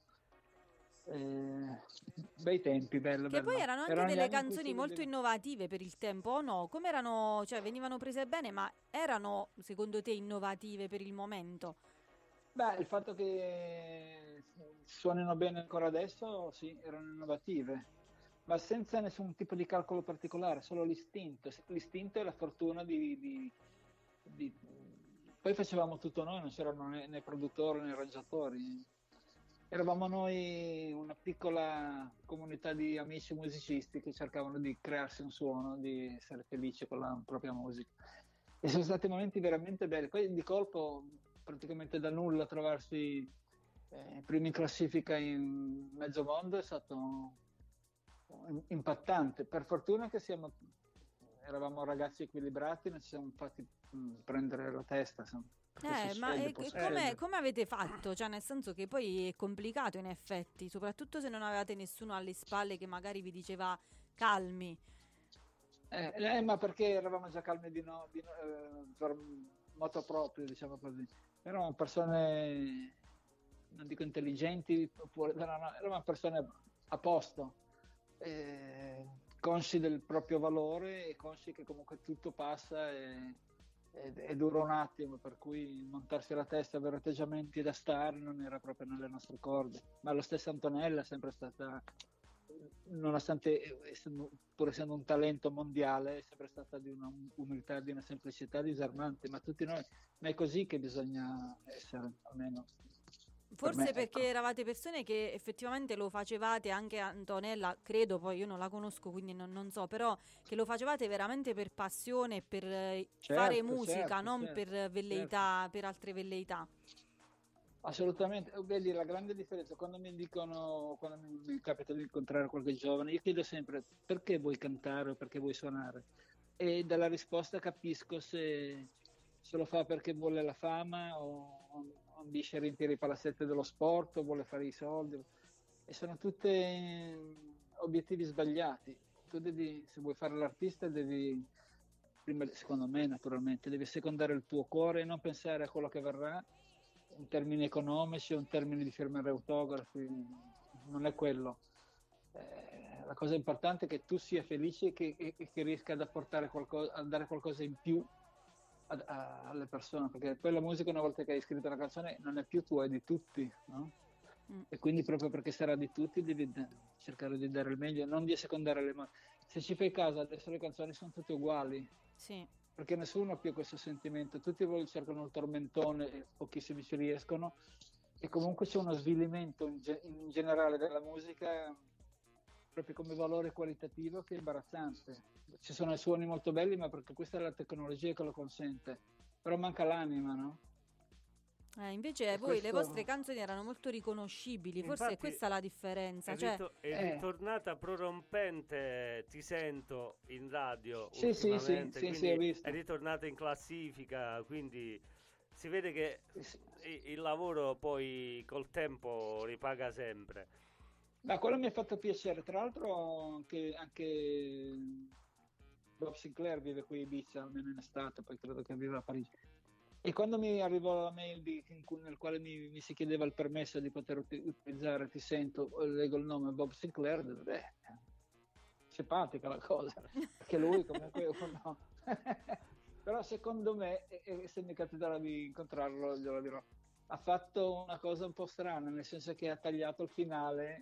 Eh, bei tempi, bello, Che bello. poi erano anche Erano gli delle anni in cui canzoni si molto vedeva- innovative per il tempo, o no? Come erano, cioè venivano prese bene, ma erano secondo te innovative per il momento? Beh, il fatto che suonino bene ancora adesso, sì, erano innovative, ma senza nessun tipo di calcolo particolare, solo l'istinto, l'istinto e la fortuna di, di- di- Poi facevamo tutto noi, non c'erano né, né produttori né arrangiatori. Eravamo noi una piccola comunità di amici musicisti che cercavano di crearsi un suono, di essere felici con la propria musica. E sono stati momenti veramente belli. Poi di colpo, praticamente da nulla, trovarsi eh, primi in classifica in mezzo mondo è stato impattante. Per fortuna che siamo, eravamo ragazzi equilibrati, non ci siamo fatti mh, prendere la testa. Insomma. Eh, Succede, ma e- può e succedere. come, come avete fatto? Cioè, nel senso che poi è complicato in effetti, soprattutto se non avevate nessuno alle spalle che magari vi diceva calmi. Eh, eh, ma perché eravamo già calmi di no, di no- eh, per moto proprio, diciamo così. Eravamo persone, non dico intelligenti, oppure, no, no, no, eravamo persone a posto, eh, consci del proprio valore e consci che comunque tutto passa e, e- e dura un attimo, per cui montarsi la testa, avere atteggiamenti da star non era proprio nelle nostre corde. Ma lo stesso Antonella è sempre stata, nonostante essendo, pur essendo un talento mondiale, è sempre stata di una umiltà, di una semplicità disarmante, ma tutti noi, ma è così che bisogna essere, almeno per Forse me, perché ecco. eravate persone che effettivamente lo facevate, anche Antonella, credo, poi io non la conosco quindi non, non so, però che lo facevate veramente per passione, per eh, fare Certo, musica, certo, non certo, per velleità, per altre velleità. assolutamente. Eh, Vedi, la grande differenza, quando mi dicono, quando mi, mi capita di incontrare qualche giovane, io chiedo sempre perché vuoi cantare o perché vuoi suonare, e dalla risposta capisco se, se lo fa perché vuole la fama o o ambisce a riempire i palazzetti dello sport o vuole fare i soldi, e sono tutti obiettivi sbagliati. Tu devi, se vuoi fare l'artista, devi, prima, secondo me naturalmente, devi secondare il tuo cuore e non pensare a quello che verrà in termini economici o in termini di firmare autografi, non è quello. Eh, la cosa importante è che tu sia felice e che, e, e che riesca ad apportare qualcosa, a dare qualcosa in più a- a- alle persone, perché poi la musica, una volta che hai scritto una canzone, non è più tua, è di tutti, no? Mm. E quindi proprio perché sarà di tutti devi da- cercare di dare il meglio, non di assecondare le mani. Se ci fai caso, adesso le canzoni sono tutte uguali, Sì. perché nessuno ha più questo sentimento, tutti voi cercano il tormentone e pochissimi ci riescono, e comunque c'è uno svilimento in, ge- in generale della musica proprio come valore qualitativo che è imbarazzante. Ci sono i suoni molto belli, ma perché questa è la tecnologia che lo consente, però manca l'anima, no? Eh, invece E voi, le questo- vostre canzoni erano molto riconoscibili, forse è Infatti, questa la differenza. È, Cioè, rito- è Eh. ritornata prorompente, ti sento in radio Sì, sì, sì, ultimamente, sì, quindi sì, ho visto. è ritornata in classifica, quindi si vede che Sì. i- il lavoro poi col tempo ripaga sempre. Ma quello mi ha fatto piacere, tra l'altro anche, anche Bob Sinclair vive qui a Ibiza, almeno in estate, poi credo che viva a Parigi. E quando mi arrivò la mail di- in cui- nel quale mi, mi si chiedeva il permesso di poter uti- utilizzare Ti sento, leggo il nome Bob Sinclair, beh, simpatica la cosa, perché lui comunque è uno... Però secondo me, e, e se mi capiterà di incontrarlo glielo dirò, ha fatto una cosa un po' strana, nel senso che ha tagliato il finale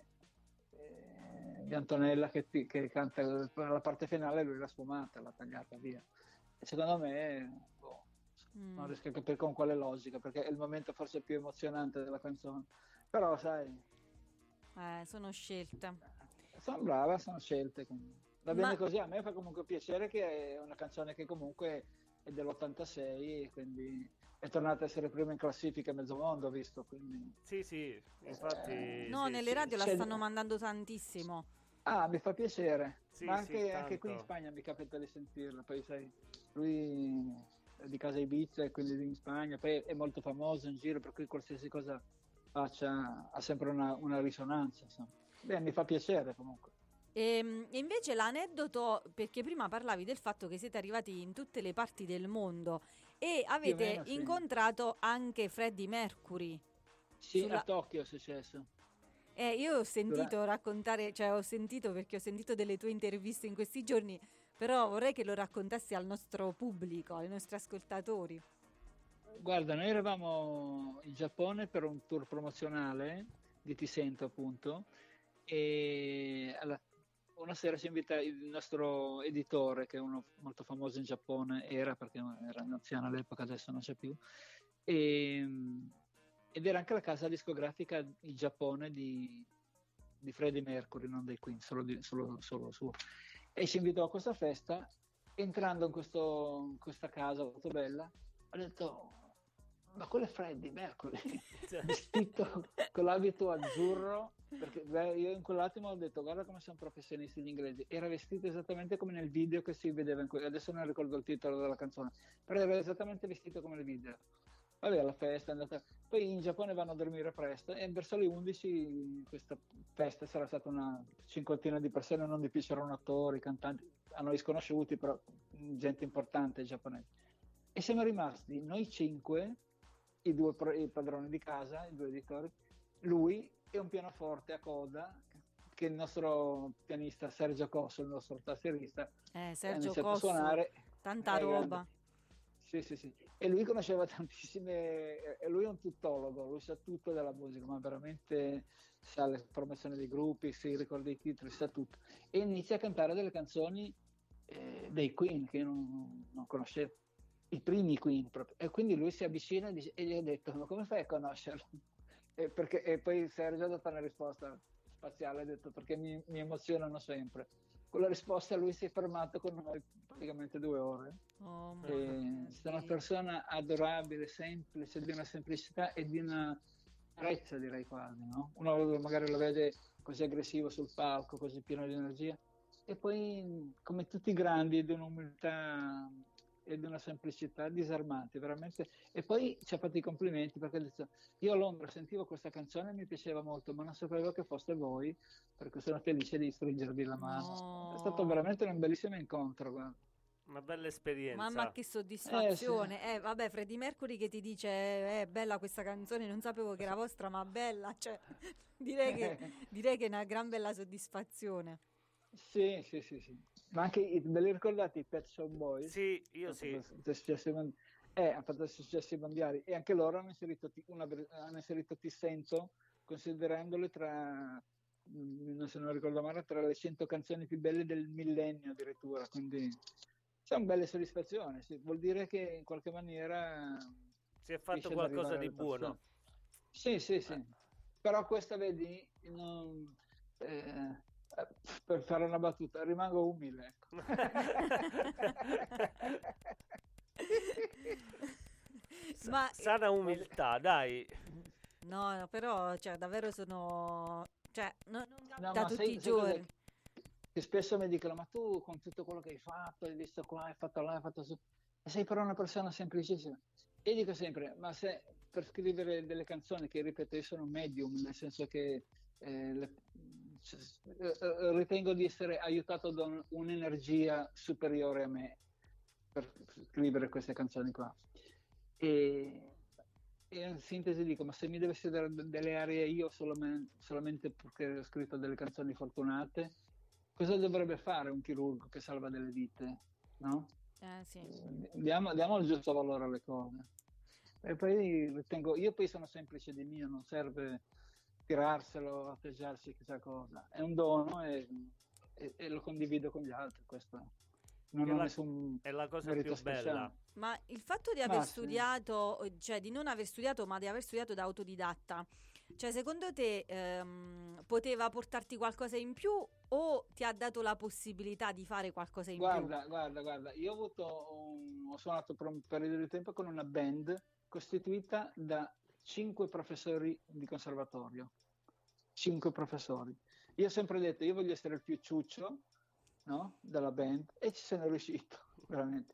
eh, di Antonella che, ti- che canta la parte finale, lui l'ha sfumata, l'ha tagliata via. E secondo me, boh, mm, non riesco a capire con quale logica, perché è il momento forse più emozionante della canzone. Però sai, eh, sono scelte. sono brava, sono scelte. Va Ma- bene così, a me fa comunque piacere che è una canzone che comunque è dell'ottantasei, e quindi è tornato a essere prima in classifica a mezzo mondo, ho visto, quindi... Sì, sì, infatti... Eh, No, sì, nelle sì. radio la C'è- stanno mandando tantissimo. Ah, mi fa piacere, Sì, ma sì, anche, anche qui in tanto. Spagna mi capita di sentirlo, poi sai, lui è di casa Ibiza e quindi in Spagna, poi è molto famoso in giro, per cui qualsiasi cosa faccia ha sempre una, una risonanza, insomma. Beh, mi fa piacere comunque. E, e invece l'aneddoto, perché prima parlavi del fatto che siete arrivati in tutte le parti del mondo e avete meno, sì. incontrato anche Freddie Mercury. Sì, Sulla- a Tokyo è successo. Eh, io ho sentito Dura- raccontare, cioè ho sentito perché ho sentito delle tue interviste in questi giorni, però vorrei che lo raccontassi al nostro pubblico, ai nostri ascoltatori. Guarda, noi eravamo in Giappone per un tour promozionale di Ti Sento, appunto, e alla- una sera ci invita il nostro editore, che è uno molto famoso in Giappone, era perché era anziano all'epoca, adesso non c'è più, e, ed era anche la casa discografica in Giappone di, di Freddie Mercury, non dei Queen, solo, di- solo, solo suo. E ci invitò a questa festa, entrando in questo- in questa casa molto bella, ho detto, ma quello è Freddie Mercury, vestito con l'abito azzurro, perché beh, io in quell'attimo ho detto, guarda come sono professionisti gli inglesi, era vestito esattamente come nel video che si vedeva in que- adesso non ricordo il titolo della canzone, però era esattamente vestito come nel video. Vabbè, la festa è andata, poi in Giappone vanno a dormire presto e verso le undici questa festa sarà stata una cinquantina di persone, non di più, c'erano attori, cantanti, a noi sconosciuti, però gente importante giapponese. E siamo rimasti noi cinque, i due pro- i padroni di casa, i due editori, lui e un pianoforte a coda che il nostro pianista Sergio Cosso, il nostro tastierista, Eh, ha Sergio iniziato Cosso, a suonare. tanta Eh, roba. grande. Sì, sì, sì. E lui conosceva tantissime, e lui è un tuttologo, lui sa tutto della musica, ma veramente sa le formazioni dei gruppi, si ricorda i titoli, sa tutto. E inizia a cantare delle canzoni eh, dei Queen che io non, non conoscevo, i primi Queen proprio. E quindi lui si avvicina e, dice- e gli ha detto, ma come fai a conoscerlo? E, perché, e poi Sergio ha dato una risposta spaziale, ha detto perché mi, mi emozionano sempre. Con la risposta lui si è fermato con noi praticamente due ore. Oh, E mamma è una mia. persona adorabile, semplice, di una semplicità e di una carezza, direi quasi, no? Uno magari lo vede così aggressivo sul palco, così pieno di energia, e poi, come tutti i grandi, di un'umiltà e di una semplicità disarmanti, veramente. E poi ci ha fatto i complimenti perché ha detto, io a Londra sentivo questa canzone e mi piaceva molto, ma non sapevo che foste voi, perché sono felice di stringervi la mano. È stato No. veramente un bellissimo incontro, guarda. Una bella esperienza. Mamma che Eh, sì. soddisfazione. Eh, vabbè, Freddie Mercury che ti dice è bella questa canzone, non sapevo che era vostra, ma bella, cioè direi che direi che è una gran bella soddisfazione. Sì, sì, sì, sì. Ma anche, i- ve li ricordate i Pet Shop Boys? Sì, io Hanno sì. fatto dei successi mon- eh, hanno fatto dei successi mondiali e anche loro hanno inserito, Ti- una, ver- hanno inserito Ti Sento, considerandole tra, mm, se non ricordo male, tra le cento canzoni più belle del millennio addirittura, quindi c'è una bella soddisfazione, sì. Vuol dire che in qualche maniera Si è fatto riesce ad qualcosa arrivare di alle persone. buono. Sì, sì, sì. Eh. Però questa, vedi, non- eh, eh, per fare una battuta, rimango umile, ecco. Ma Sana umiltà, dai. no, no, però cioè davvero sono cioè non, non No, capita ma tutti sai, i sai cos'è? giorni. Che spesso mi dicono, ma tu con tutto quello che hai fatto, hai visto qua, hai fatto là, hai fatto su, e sei però una persona semplicissima. E io dico sempre, ma se per scrivere delle canzoni, che ripeto, io sono un medium, nel senso che eh, le- cioè, eh, eh, ritengo di essere aiutato da un- un'energia superiore a me per scrivere queste canzoni qua. E, e in sintesi dico, ma se mi dovessi dare de- delle aree io solamente, solamente perché ho scritto delle canzoni fortunate, cosa dovrebbe fare un chirurgo che salva delle vite, no? Eh sì. Diamo, diamo il giusto valore alle cose. E poi ritengo, io poi sono semplice di mio, non serve tirarselo, atteggiarsi chissà cosa. È un dono e, e- e lo condivido con gli altri, questo non Che ho la- nessun È la cosa merito più bella. speciale. Ma il fatto di aver Ma sì. studiato, cioè di non aver studiato, ma di aver studiato da autodidatta, Cioè, secondo te ehm, poteva portarti qualcosa in più o ti ha dato la possibilità di fare qualcosa in più? Guarda, guarda, guarda, io ho avuto un- ho suonato per un periodo di tempo con una band costituita da cinque professori di conservatorio. Cinque professori. Io ho sempre detto, io voglio essere il più ciuccio, no? Della band, e ci sono riuscito, veramente.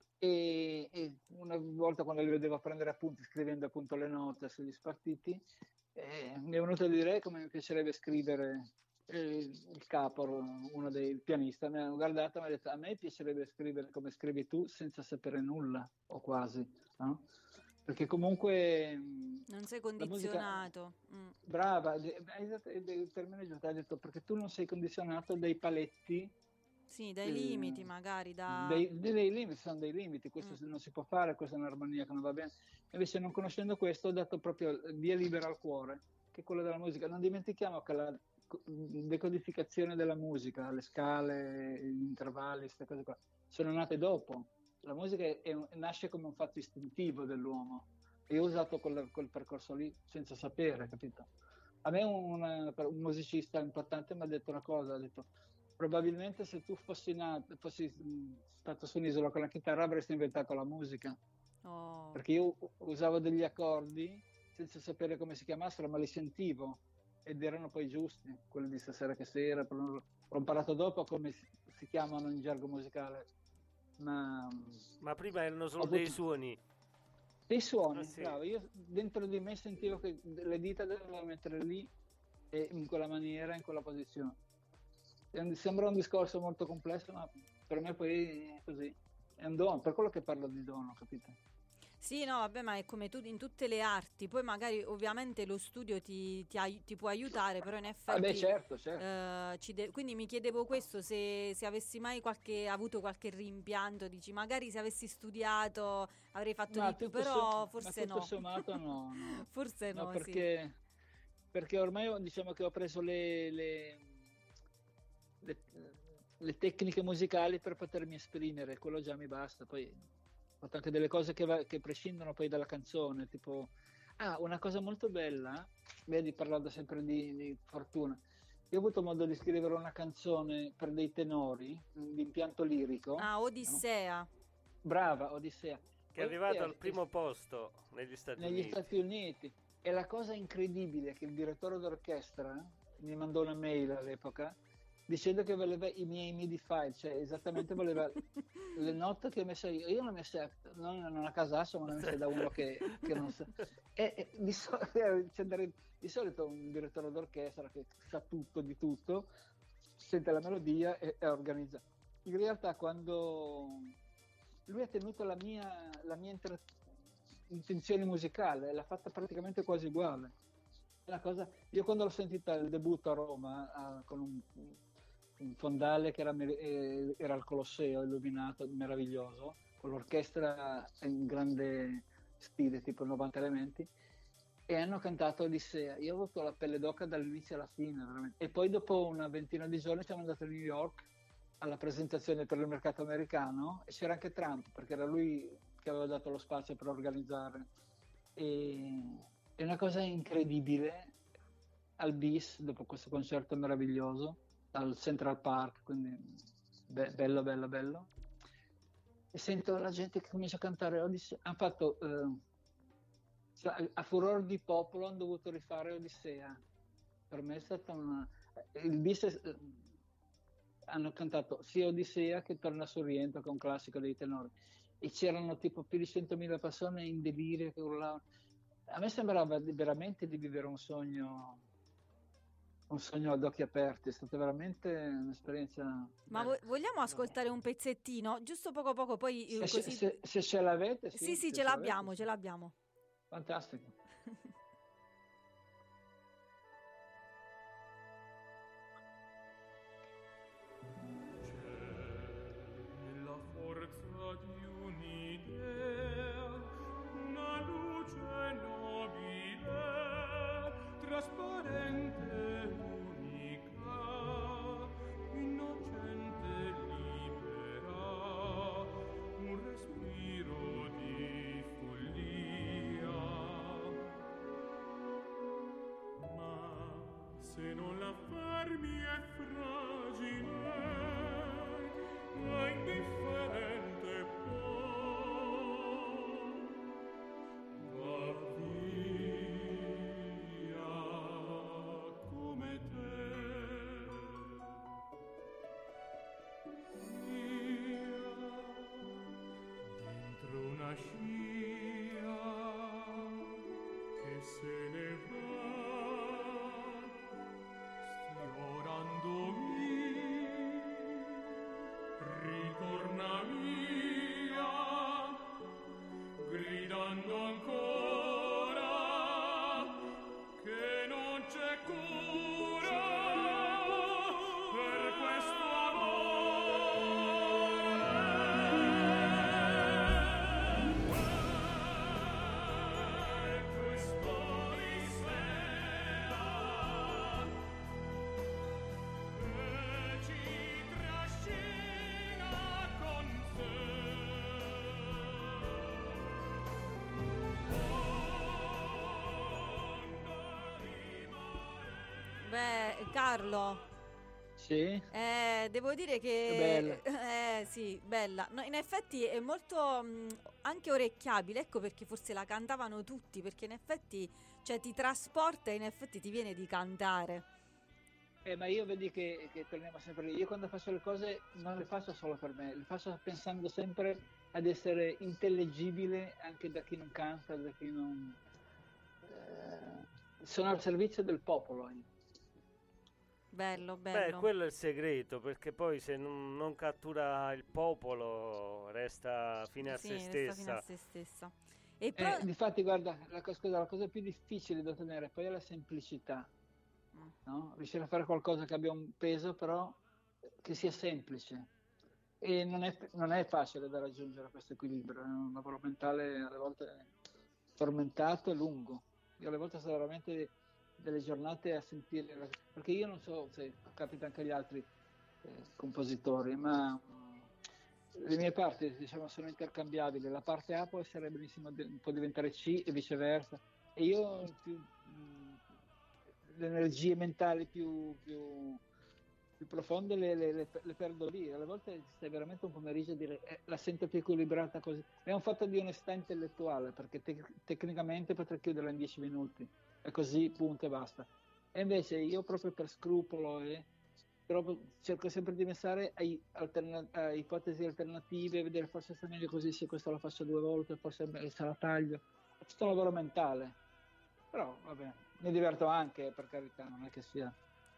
E, e una volta quando li vedevo prendere appunti, scrivendo appunto le note sugli spartiti, eh, mi è venuto a dire come mi piacerebbe scrivere. eh, il capo, uno dei pianisti, mi ha guardato e mi ha detto: a me piacerebbe scrivere come scrivi tu senza sapere nulla, o quasi, no? Perché comunque mh, Non sei la musica, condizionato. Mm. brava, de- hai detto- hai detto il termine giusto, hai detto perché tu non sei condizionato dai paletti, Sì, dai eh, limiti magari, da... dei, dei- dei limiti, sono dei limiti, questo Mm. non si può fare, questa è un'armonia che non va bene. Invece, non conoscendo questo, ho dato proprio via libera al cuore, che è quello della musica. Non dimentichiamo che la co- decodificazione della musica, le scale, gli intervalli, queste cose qua, sono nate dopo. La musica è un- nasce come un fatto istintivo dell'uomo. E io ho usato quel, quel percorso lì senza sapere, capito? A me un, un musicista importante mi ha detto una cosa, ha detto: probabilmente se tu fossi nato, fossi mh, stato su un'isola con la chitarra avresti inventato la musica, Oh. perché io u- usavo degli accordi senza sapere come si chiamassero, ma li sentivo ed erano poi giusti, quelli di Stasera che sera. però non- Ho imparato dopo come si, si chiamano in gergo musicale, ma mh, Ma prima erano ho solo dei avuto suoni. dei Ah, suoni, sì. bravo. Io dentro di me sentivo che le dita dovevo mettere lì e in quella maniera, in quella posizione. È un- Sembra un discorso molto complesso, ma per me poi è così. È un dono, per quello che parlo di dono, capito? Sì, no, vabbè, ma è come tu in tutte le arti. Poi magari ovviamente lo studio ti, ti ai- ti può aiutare, però in Ah, beh, effetti certo, certo. eh, ci de- quindi mi chiedevo questo, se, se avessi mai qualche, avuto qualche rimpianto, dici magari se avessi studiato avrei fatto Ma di più, tutto, so- però ma forse tutto no. sommato no, no. Forse No, no, sì. perché, perché ormai ho- diciamo che ho preso le, le- le- le tecniche musicali per potermi esprimere, quello già mi basta. Poi ho fatto anche delle cose che, va- che prescindono poi dalla canzone, tipo, ah, una cosa molto bella, vedi, parlando sempre di, di fortuna. Io ho avuto modo di scrivere una canzone per dei tenori, di impianto lirico, Ah, no? Odissea. Brava, Odissea. Che è Poi arrivato al è- è- primo posto negli Stati negli Uniti. Stati Uniti. E la cosa incredibile è che il direttore d'orchestra mi mandò una mail all'epoca dicendo che voleva i miei MIDI file, cioè esattamente voleva le note che ho messo io. Io non le ho messe, non, non a casaccio, ma le ho messe da uno che, che non sa. E, e di, so- c'è da rid- di solito un direttore d'orchestra che sa tutto di tutto, sente la melodia e, e organizza. In realtà quando lui ha tenuto la mia, la mia inter- intenzione musicale, l'ha fatta praticamente quasi uguale. La cosa, io quando l'ho sentita il debutto a Roma ah, con un, un fondale che era, mer- eh, era al Colosseo, illuminato, meraviglioso, con l'orchestra in grande stile, tipo novanta elementi, e hanno cantato Odissea. Io ho avuto la pelle d'oca dall'inizio alla fine, veramente. E poi dopo una ventina di giorni siamo andati a New York alla presentazione per il mercato americano e c'era anche Trump, perché era lui che aveva dato lo spazio per organizzare. E è una cosa incredibile al bis, dopo questo concerto meraviglioso, al Central Park, quindi be- bello, bello, bello. E sento la gente che comincia a cantare Odissea. Hanno fatto, eh, cioè, a furor di popolo, hanno dovuto rifare Odissea. Per me è stata una... Il bis è- hanno cantato sia Odissea che Torna su Rientro, che è un classico dei tenori. E c'erano tipo più di centomila persone in delirio che urlavano. A me sembrava di- veramente di vivere un sogno, un sogno ad occhi aperti, è stata veramente un'esperienza Ma bella. vo- vogliamo ascoltare un pezzettino? Giusto poco poco, poi Se, eh, se- così... se- se ce l'avete, Sì, sì, sì, se ce ce l'avete, l'abbiamo, sì. ce l'abbiamo. Fantastico. La forza di un'idea, una luce nobile, trasparente, unica, innocente, libera, un respiro di follia. se non la fermi è fragile, è indifferente poi, va via come te. Dentro una scia che se ne va, sfiorandomi, ritorna via, gridando ancora che non c'è cura per questo Beh, Carlo, Sì? eh, devo dire È che bella. eh, sì, bella. No, in effetti è molto mh, anche orecchiabile, ecco perché forse la cantavano tutti, perché in effetti, cioè, ti trasporta e in effetti ti viene di cantare. Eh, ma io vedi che, che torniamo sempre lì. Io quando faccio le cose non le faccio solo per me, le faccio pensando sempre ad essere intellegibile anche da chi non canta, da chi non... eh, sono al servizio del popolo. io. Bello, Beh, bello. quello è il segreto, perché poi se non, non cattura il popolo resta fine a Sì, se resta fino a stessa. se stessa. E Eh, pro- difatti, guarda, la, co- scusa, la cosa più difficile da ottenere poi è la semplicità, Mm. no? Riuscire a fare qualcosa che abbia un peso, però eh, che sia semplice. E non è, non è facile da raggiungere questo equilibrio, è un lavoro mentale alle volte tormentato e lungo. Io alle volte sono veramente delle giornate a sentire, la- perché io non so se capita anche agli altri eh, compositori, ma mm, le mie parti diciamo sono intercambiabili. La parte A può essere benissimo, può diventare C e viceversa. E io più, mh, le energie mentali più, più, più profonde le, le- le- le perdo lì. Alle volte stai veramente un pomeriggio a dire "Eh, la sento più equilibrata così". È un fatto di onestà intellettuale, perché te- tecnicamente potrei chiuderla in dieci minuti. È così, punto e basta. E invece io proprio per scrupolo e proprio cerco sempre di pensare ai alterna- a ipotesi alternative, vedere forse sta meglio così, se questo lo faccio due volte, forse è meglio se la taglio. È tutto un lavoro mentale. Però vabbè, mi diverto anche, per carità, non è che sia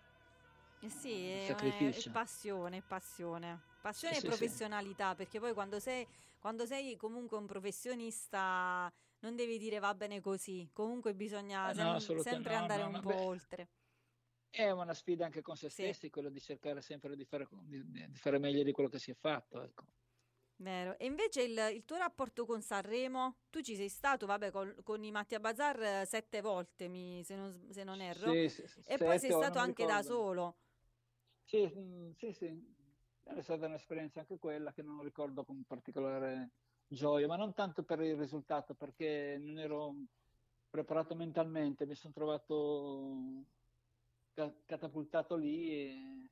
Eh sì, un è, è- è sacrificio. passione, è passione. Sì, Passione e sì, sì. professionalità, perché poi quando sei, quando sei comunque un professionista non devi dire va bene così, comunque bisogna Eh, no, sem- assolutamente sempre no, andare no, un no. po' Beh, oltre. è una sfida anche con se Sì, stessi, quello di cercare sempre di fare, di, di fare meglio di quello che si è fatto, ecco. vero. E invece il, il tuo rapporto con Sanremo, tu ci sei stato, vabbè, col- con i Matti Bazar eh, sette volte, mi- se non, s- se non erro, Sì, sì, sì, e poi sei sette o non stato mi anche da ricordo. solo. Sì, mm, sì, sì, è stata un'esperienza anche quella che non ricordo con particolare gioia, ma non tanto per il risultato, perché non ero preparato mentalmente, mi sono trovato ca- catapultato lì e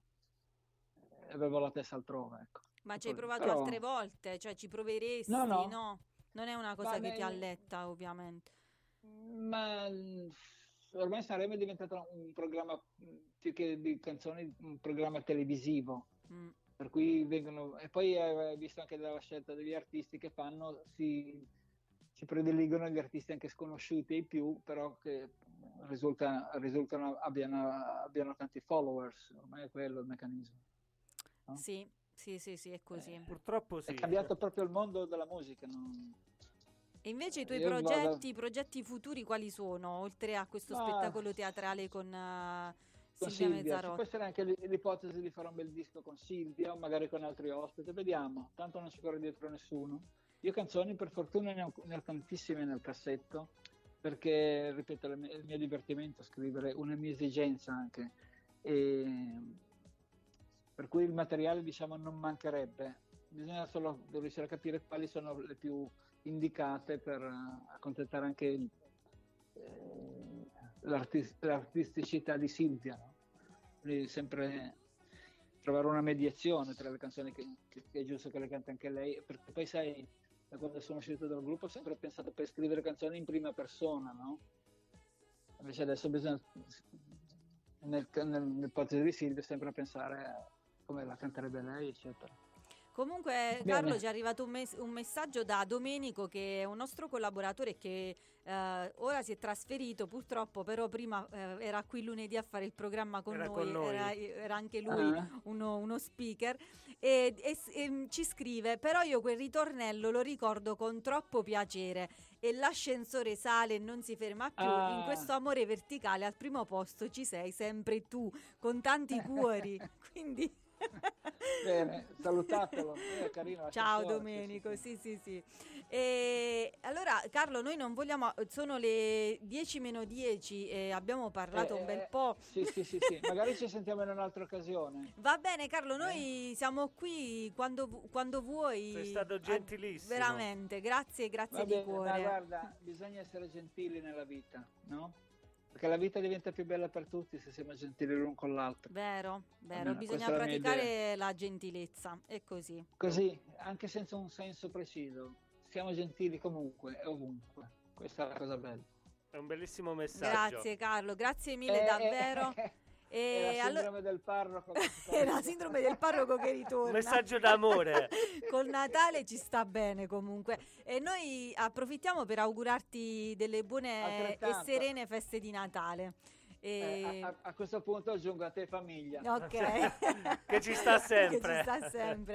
e avevo la testa altrove, ecco, Ma ci tutto hai lì. provato Però, altre volte? Cioè ci no, proveresti? no, No, non è una ma cosa che ti ne- alletta, ovviamente. Ma mh, ormai Sanremo è diventato un programma mh, più che di canzoni, un programma televisivo, Mm. per cui vengono, e poi hai visto anche dalla scelta degli artisti che fanno, si, si prediligono gli artisti anche sconosciuti ai più, però che risulta- risultano abbiano, abbiano tanti followers, ormai è quello il meccanismo, no? Sì, sì, sì, sì, è così. Eh, Purtroppo è sì. cambiato proprio il mondo della musica. non- E invece i tuoi Io vado, progetti, i progetti futuri quali sono, oltre a questo ma spettacolo teatrale con eh, con Silvia Silvia, ci può Mezzarotta? essere anche l'i- l'ipotesi di fare un bel disco con Silvia o magari con altri ospiti, vediamo, tanto non ci corre dietro nessuno. Io canzoni per fortuna ne ho, ne ho tantissime nel cassetto, perché, ripeto, il mio il mio divertimento scrivere, una mia esigenza anche, e per cui il materiale diciamo non mancherebbe, bisogna solo riuscire a capire quali sono le più indicate per eh, accontentare anche il- eh, l'artis- l'artisticità di Silvia, no? quindi sempre trovare una mediazione tra le canzoni che, che- che è giusto che le canta anche lei, perché poi sai, da quando sono uscito dal gruppo ho sempre pensato per scrivere canzoni in prima persona, no? Invece adesso bisogna, nel, nel, nell'ipotesi di Silvio, sempre pensare a come la canterebbe lei, eccetera. Comunque, Bene. Carlo, ci è arrivato un, mes- un messaggio da Domenico, che è un nostro collaboratore che eh, ora si è trasferito, purtroppo, però prima eh, era qui lunedì a fare il programma con Era noi, con noi. Era, era anche lui Ah. uno, uno speaker, e, e s- e, mm, ci scrive: però io quel ritornello lo ricordo con troppo piacere, e l'ascensore sale e non si ferma più, Ah. in questo amore verticale al primo posto ci sei sempre tu, con tanti cuori. Quindi... Bene, salutatelo, è carino. Ciao l'ascensore, Domenico, sì, sì sì sì. E allora Carlo, noi non vogliamo, sono le dieci meno dieci e abbiamo parlato Eh, un bel eh, po'. Sì, sì, sì, sì, magari ci sentiamo in un'altra occasione. Va bene Carlo, noi siamo qui quando, vu- quando vuoi. Sei stato Ah, gentilissimo. veramente, grazie, grazie Va di bene, ma cuore. guarda, bisogna essere gentili nella vita, no? Perché la vita diventa più bella per tutti se siamo gentili l'un con l'altro. Vero, vero, Almeno bisogna questa è la mia praticare la gentilezza, è così. Così, anche senza un senso preciso, siamo gentili comunque e ovunque. Questa è la cosa bella. È un bellissimo messaggio. Grazie Carlo, grazie mille Eh, davvero. eh, E è la allora- sindrome del parroco. che si È la fa- sindrome del parroco che ritorna. Un messaggio d'amore. Col Natale ci sta bene comunque. E noi approfittiamo per augurarti delle buone e Altrettanto. serene feste di Natale. E... Eh, a, a- a questo punto aggiungo a te famiglia. Ok. Che ci sta sempre. Che ci sta sempre.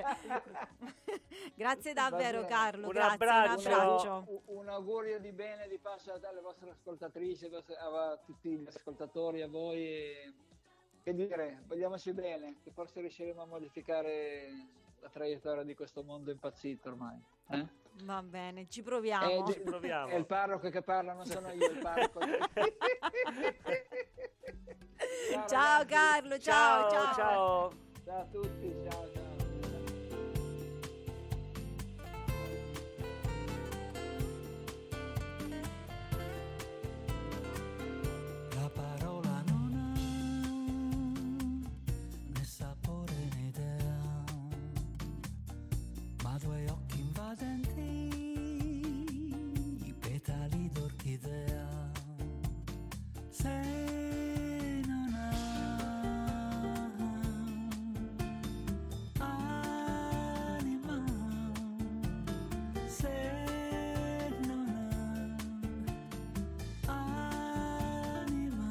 Grazie Va davvero bene. Carlo, Un grazie, abbraccio. un abbraccio. Un, un augurio di bene, di pace alle vostre ascoltatrici, alle vostre- a tutti gli ascoltatori, a voi. E, che dire, vogliamoci bene, che forse riusciremo a modificare la traiettoria di questo mondo impazzito ormai. Eh? Va bene, ci Eh, proviamo. di- Ci proviamo. È il parroco che parla, non sono io il parroco. Ciao ragazzi. Carlo, ciao, ciao. ciao. Ciao a tutti, ciao ciao. La parola non ha né sapore né idea, ma due occhi invadenti, i petali d'orchidea. Se non ha anima, se non ha anima,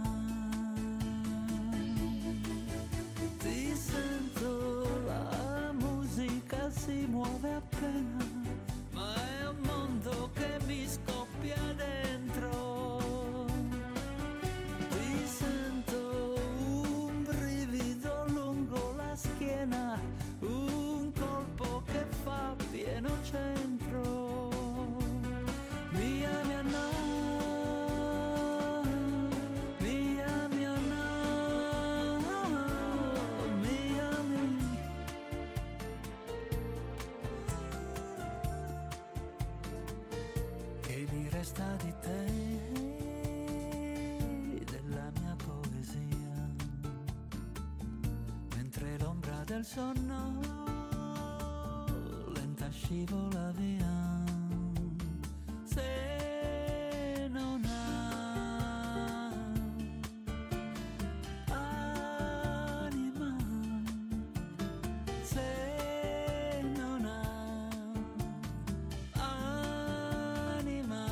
ti sento, la musica si muove appena, ma è un mondo che mi scoppia dentro. Ti sento, un brivido lungo la schiena, un colpo che fa pieno centro. Mi ami o no? Mi ami o no? Mi ami? Che mi resta di te, della mia poesia, mentre l'ombra del sonno lenta scivola via. Se non ha anima, se non ha anima,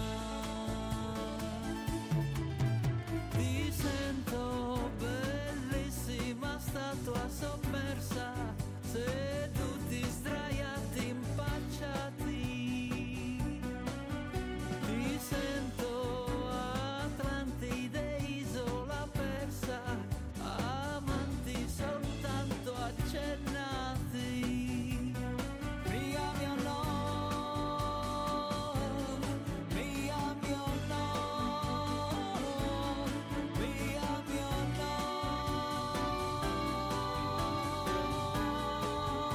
ti sento bellissima statua sommersa, seduti sdraiati impacciati. Ti sento Atlantide, isola persa, amanti soltanto accennati. Mi ami o no? Mi ami o no? Mi ami o no?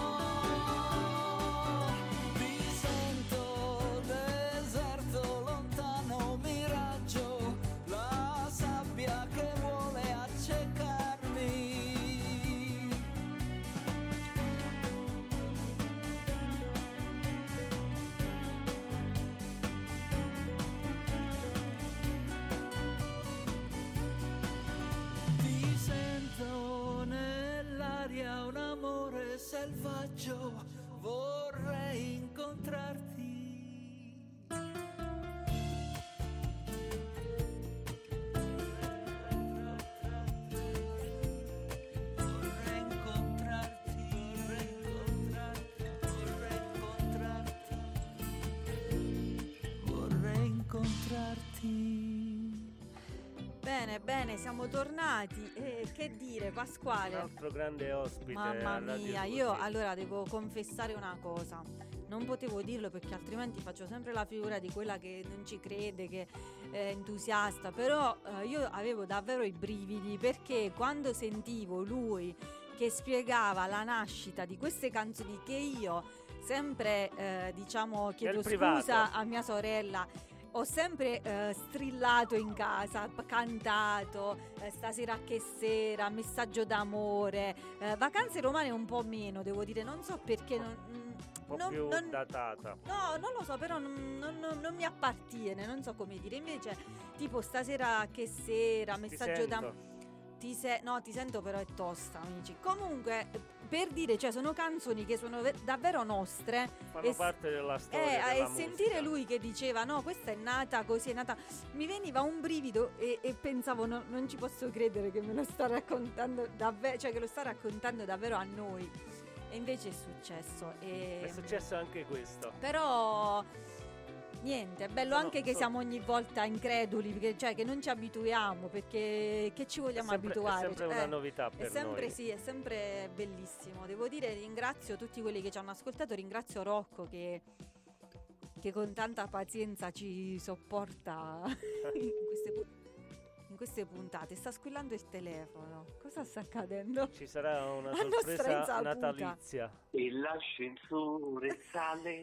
bene, siamo tornati. Eh, che dire, Un Pasquale? altro grande ospite. Mamma a Radio mia, io Così. allora devo confessare una cosa. Non potevo dirlo perché altrimenti faccio sempre la figura di quella che non ci crede, che è entusiasta. Però eh, io avevo davvero i brividi perché quando sentivo lui che spiegava la nascita di queste canzoni che io sempre, eh, diciamo, chiedo privato. scusa a mia sorella, ho sempre eh, strillato in casa, p- cantato, eh, stasera che sera, messaggio d'amore, eh, vacanze romane un po' meno, devo dire, non so perché non, Un po' non- più non- datata. no, non lo so, però non, non- non- non mi appartiene, non so come dire. Invece, tipo stasera che sera, Ti messaggio d'amore. sento. Ti se- no, ti sento però è tosta, amici. Comunque, eh, per dire, cioè, sono canzoni che sono ve- davvero nostre. Fanno e s- parte della eh, storia e della sentire musica. lui che diceva no, questa è nata così, è nata, mi veniva un brivido e, e pensavo no, non ci posso credere che me lo sta raccontando davvero, cioè che lo sta raccontando davvero a noi. E invece è successo. E... È successo anche questo. Però niente, è bello Sono- anche che sono- siamo ogni volta increduli, perché, cioè che non ci abituiamo, perché che ci È vogliamo sempre, abituare? è sempre Cioè, una eh, novità è per sempre noi. sì, è sempre bellissimo. Devo dire, ringrazio tutti quelli che ci hanno ascoltato, ringrazio Rocco che, che con tanta pazienza ci sopporta in queste, pu- in queste puntate. Sta squillando il telefono. Cosa sta accadendo? Ci sarà una A nostra sorpresa insaputa. natalizia. E l'ascensore sale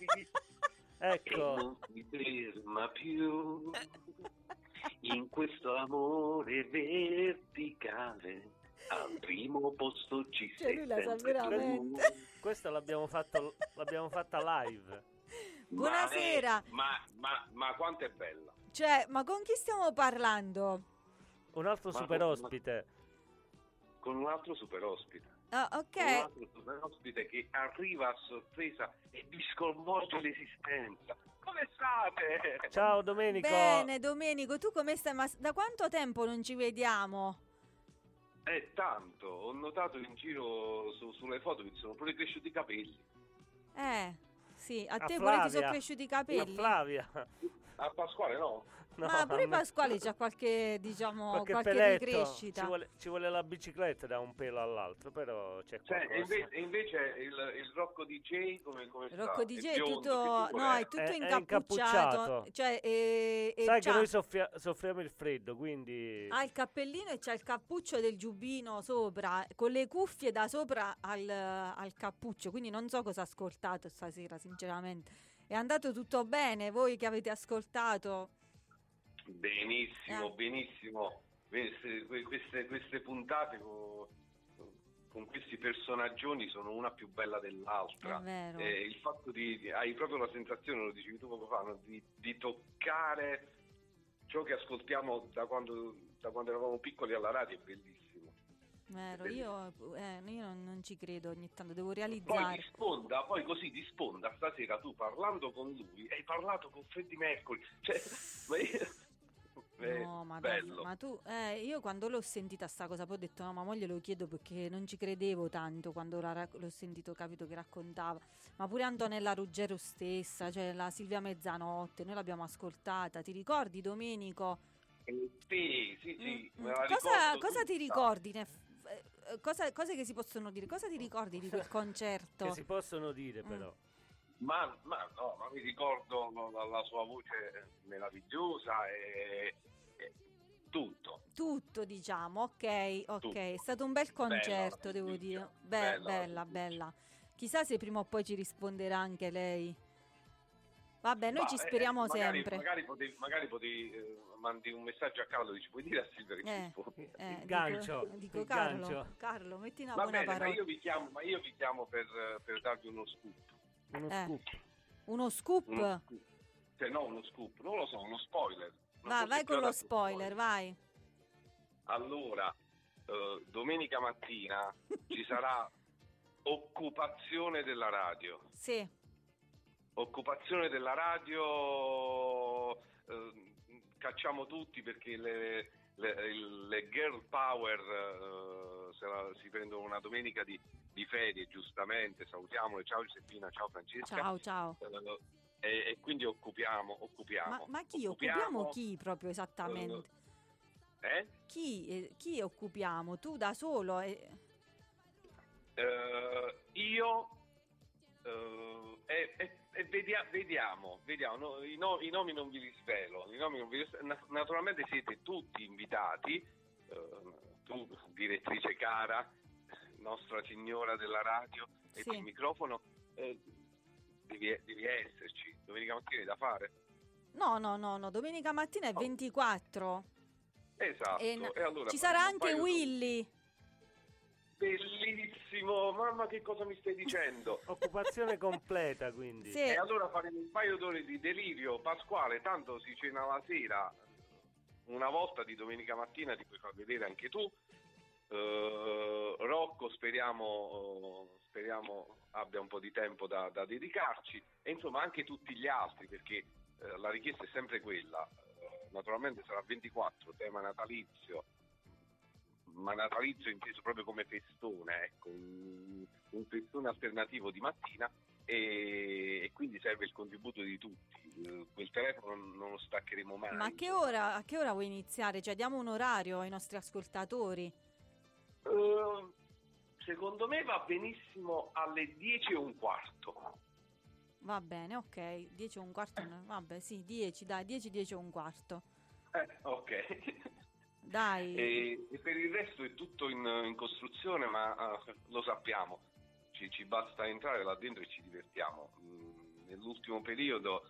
e Ecco, non si ferma più in questo amore verticale. Al primo posto ci Cioè, sei lui la sa sempre veramente. tu. questa l'abbiamo, fatto, l'abbiamo fatta live. Buonasera. Ma, ma, ma quanto è bella. Cioè, ma con chi stiamo parlando? Un altro Ma- super ma- ospite. Con un altro super ospite. Ah, Un ok. altro super ospite che arriva a sorpresa e vi sconvolge l'esistenza. Come state? Ciao Domenico. Bene, Domenico, tu come stai? Ma s- da quanto tempo non ci vediamo? È tanto, ho notato in giro su- sulle foto che ti sono pure cresciuti i capelli. Eh, sì, a A te pure ti sono Flavia. cresciuti i A capelli? Flavia. A Pasquale no? No, Ma pure a me- Pasquale c'ha qualche, diciamo, qualche, qualche peletto. ricrescita. Ci vuole, ci vuole la bicicletta da un pelo all'altro, però c'è Cioè, qualcosa. e invece, e invece il, il Rocco D J come, come sta? Rocco D J è biondo, tutto, che tipo no, è? è tutto È- è incappucciato. incappucciato. Cioè, e, e Sai che c'ha- noi soffria- soffriamo il freddo, quindi... ha il cappellino e c'ha il cappuccio del giubbino sopra, con le cuffie da sopra al, al cappuccio, quindi non so cosa ha ascoltato stasera, sinceramente. È andato tutto bene, voi che avete ascoltato? Benissimo, Eh. benissimo. Queste, que- queste, queste puntate con, con questi personaggioni sono una più bella dell'altra. È vero. Eh, il fatto di, di- hai proprio la sensazione, lo dicevi tu poco fa, no? di, di toccare ciò che ascoltiamo da quando, da quando eravamo piccoli alla radio, è bellissimo. Vero, io, eh, io non, non ci credo ogni tanto, devo Poi realizzare. di sponda, poi così di sponda, stasera tu parlando con lui, hai parlato con Freddie Mercury. Cioè, ma io- è No, ma, dai, bello. ma tu, eh, io quando l'ho sentita sta cosa, poi ho detto no, ma moglie lo chiedo perché non ci credevo tanto quando la rac- l'ho sentito, capito che raccontava. Ma pure Antonella Ruggero stessa, cioè la Silvia Mezzanotte, noi l'abbiamo ascoltata. Ti ricordi, Domenico? Eh, Sì, sì, sì, Mm, me la cosa, ricordo cosa ti tutta. ricordi? ne f- eh, cosa- cose che si possono dire? Cosa ti ricordi di quel concerto? Che si possono dire Mm. però. Ma, ma no, ma mi ricordo la, la sua voce meravigliosa e, e tutto. Tutto, diciamo, ok, ok, Tutto. è stato un bel concerto, la devo Silvia, dire. Be- bella la bella, Silvia. bella. Chissà se prima o poi ci risponderà anche lei. Vabbè, noi Ma, ci eh, speriamo magari, sempre. Magari potevi, magari potevi eh, mandi un messaggio a Carlo, dici puoi dire a Silvia che ci Eh, rispondi. eh, Il gancio, Dico, dico il Carlo, gancio. Carlo, metti una Va buona bene, ma parola. io vi chiamo, ma io vi chiamo per, per darvi uno scoop. Uno Eh. scoop. Uno scoop? Uno scoop. Cioè, no, uno scoop, non lo so, uno spoiler. Non Va, so se vai ti con ho lo dato spoiler, vai. Allora, eh, domenica mattina ci sarà occupazione della radio. Sì, Occupazione della radio, eh, cacciamo tutti perché le, le- il- le girl power eh, se la- si prendono una domenica di, di ferie, giustamente, salutiamole, ciao Giuseppina, ciao Francesca. ciao, ciao. Eh, e, e quindi occupiamo, occupiamo. Ma, ma chi? Occupiamo chi proprio esattamente? Eh? Chi, eh, chi occupiamo? Tu da solo? Eh, Eh, io eh, e, e- e vedia- vediamo, vediamo. No, i, no- i nomi non vi li svelo, i nomi non vi li svelo. Na- naturalmente siete tutti invitati, eh, tu direttrice cara, nostra signora della radio e Sì. del microfono, eh, devi, devi esserci. Domenica mattina è da fare. no, no, no, no, domenica mattina è Oh. ventiquattro. Esatto. E n- E allora ci sarà faremo un anche paio di- Willy. Bellissimo, mamma, che cosa mi stai dicendo? Occupazione completa, quindi. Sì. E allora faremo un paio d'ore di delirio pasquale, tanto si cena la sera, una volta di domenica mattina ti puoi far vedere anche tu. Eh, Rocco speriamo, eh, speriamo abbia un po' di tempo da, da dedicarci, e insomma anche tutti gli altri, perché eh, la richiesta è sempre quella. Eh, naturalmente sarà ventiquattro, tema natalizio, ma natalizio inteso proprio come festone, ecco, un, un festone alternativo di mattina, e, e quindi serve il contributo di tutti. Eh, Quel telefono non, non lo staccheremo mai. Ma a che insomma. ora, a che ora vuoi iniziare? Cioè, diamo un orario ai nostri ascoltatori. Eh, secondo me va benissimo alle dieci e un quarto. Va bene, ok. dieci e un quarto. no, Vabbè, sì, dieci, dai, dieci, dieci e un quarto. Eh, ok. Dai. E, e per il resto è tutto in, in costruzione, ma eh, lo sappiamo, ci, ci basta entrare là dentro e ci divertiamo. Mm, nell'ultimo periodo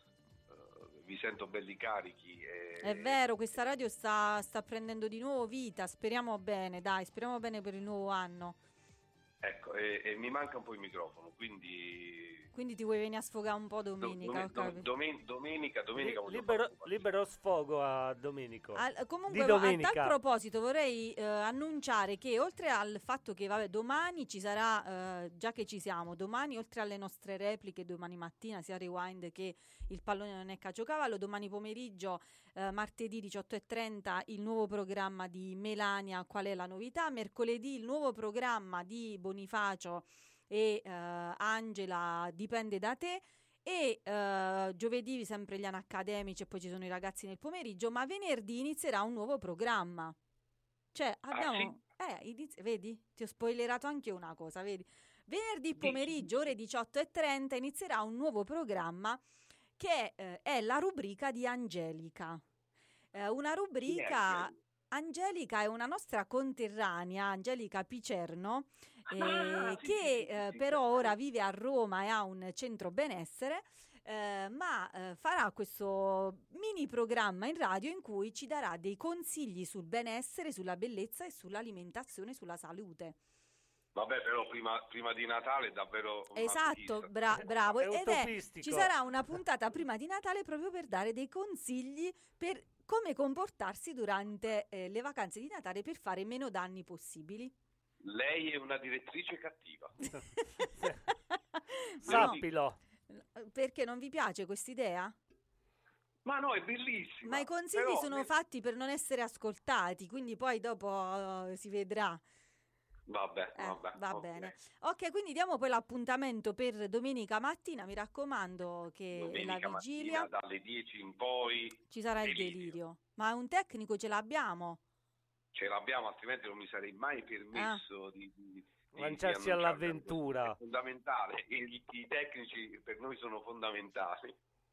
eh, vi sento belli carichi. E, È vero, questa radio sta, sta prendendo di nuovo vita. Speriamo bene, dai, speriamo bene per il nuovo anno. Ecco, e, e mi manca un po' il microfono, quindi Quindi ti vuoi venire a sfogare un po' do- domenica, dome- ho do- capito. domen- domenica, domenica Li- voglio libero, fare un po' di- libero sfogo a Domenico. Al- comunque, Di a domenica. tal proposito, vorrei eh, annunciare che oltre al fatto che vabbè, domani ci sarà, eh, già che ci siamo, domani oltre alle nostre repliche, domani mattina sia Rewind che il pallone non è caciocavallo, domani pomeriggio, eh, martedì diciotto e trenta, il nuovo programma di Melania, qual è la novità? Mercoledì il nuovo programma di Bonifacio e eh, Angela, dipende da te. E eh, giovedì sempre gli accademici e poi ci sono i ragazzi nel pomeriggio, ma venerdì inizierà un nuovo programma. Cioè abbiamo... eh, inizi- vedi? Ti ho spoilerato anche una cosa, vedi? Venerdì pomeriggio, ore diciotto e trenta, inizierà un nuovo programma che eh, è la rubrica di Angelica. Eh, una rubrica... Angelica è una nostra conterranea, Angelica Picerno, eh, Ah, sì, che sì, sì, eh, sì, però sì. ora vive a Roma e ha un centro benessere, eh, ma eh, farà questo mini programma in radio in cui ci darà dei consigli sul benessere, sulla bellezza e sull'alimentazione, sulla salute. Vabbè, però prima, prima di Natale è davvero Esatto, maschilista. bra- bravo. È Ed è, utopistico. ci sarà una puntata prima di Natale proprio per dare dei consigli per come comportarsi durante eh, le vacanze di Natale per fare meno danni possibili. Lei è una direttrice cattiva. Ma no, Sappilo. perché non vi piace quest'idea? Ma no, è bellissima. Ma i consigli Però sono ne- fatti per non essere ascoltati, quindi poi dopo eh, si vedrà. Vabbè, Eh, vabbè. va ok. bene. Ok, quindi diamo poi l'appuntamento per domenica mattina. Mi raccomando che Domenica la vigilia mattina dalle dieci in poi ci sarà il delirio. delirio. Ma un tecnico ce l'abbiamo. ce l'abbiamo, altrimenti non mi sarei mai permesso di, di- di- Lanciarsi di annunciarlo. all'avventura. È fondamentale, i, i tecnici per noi sono fondamentali.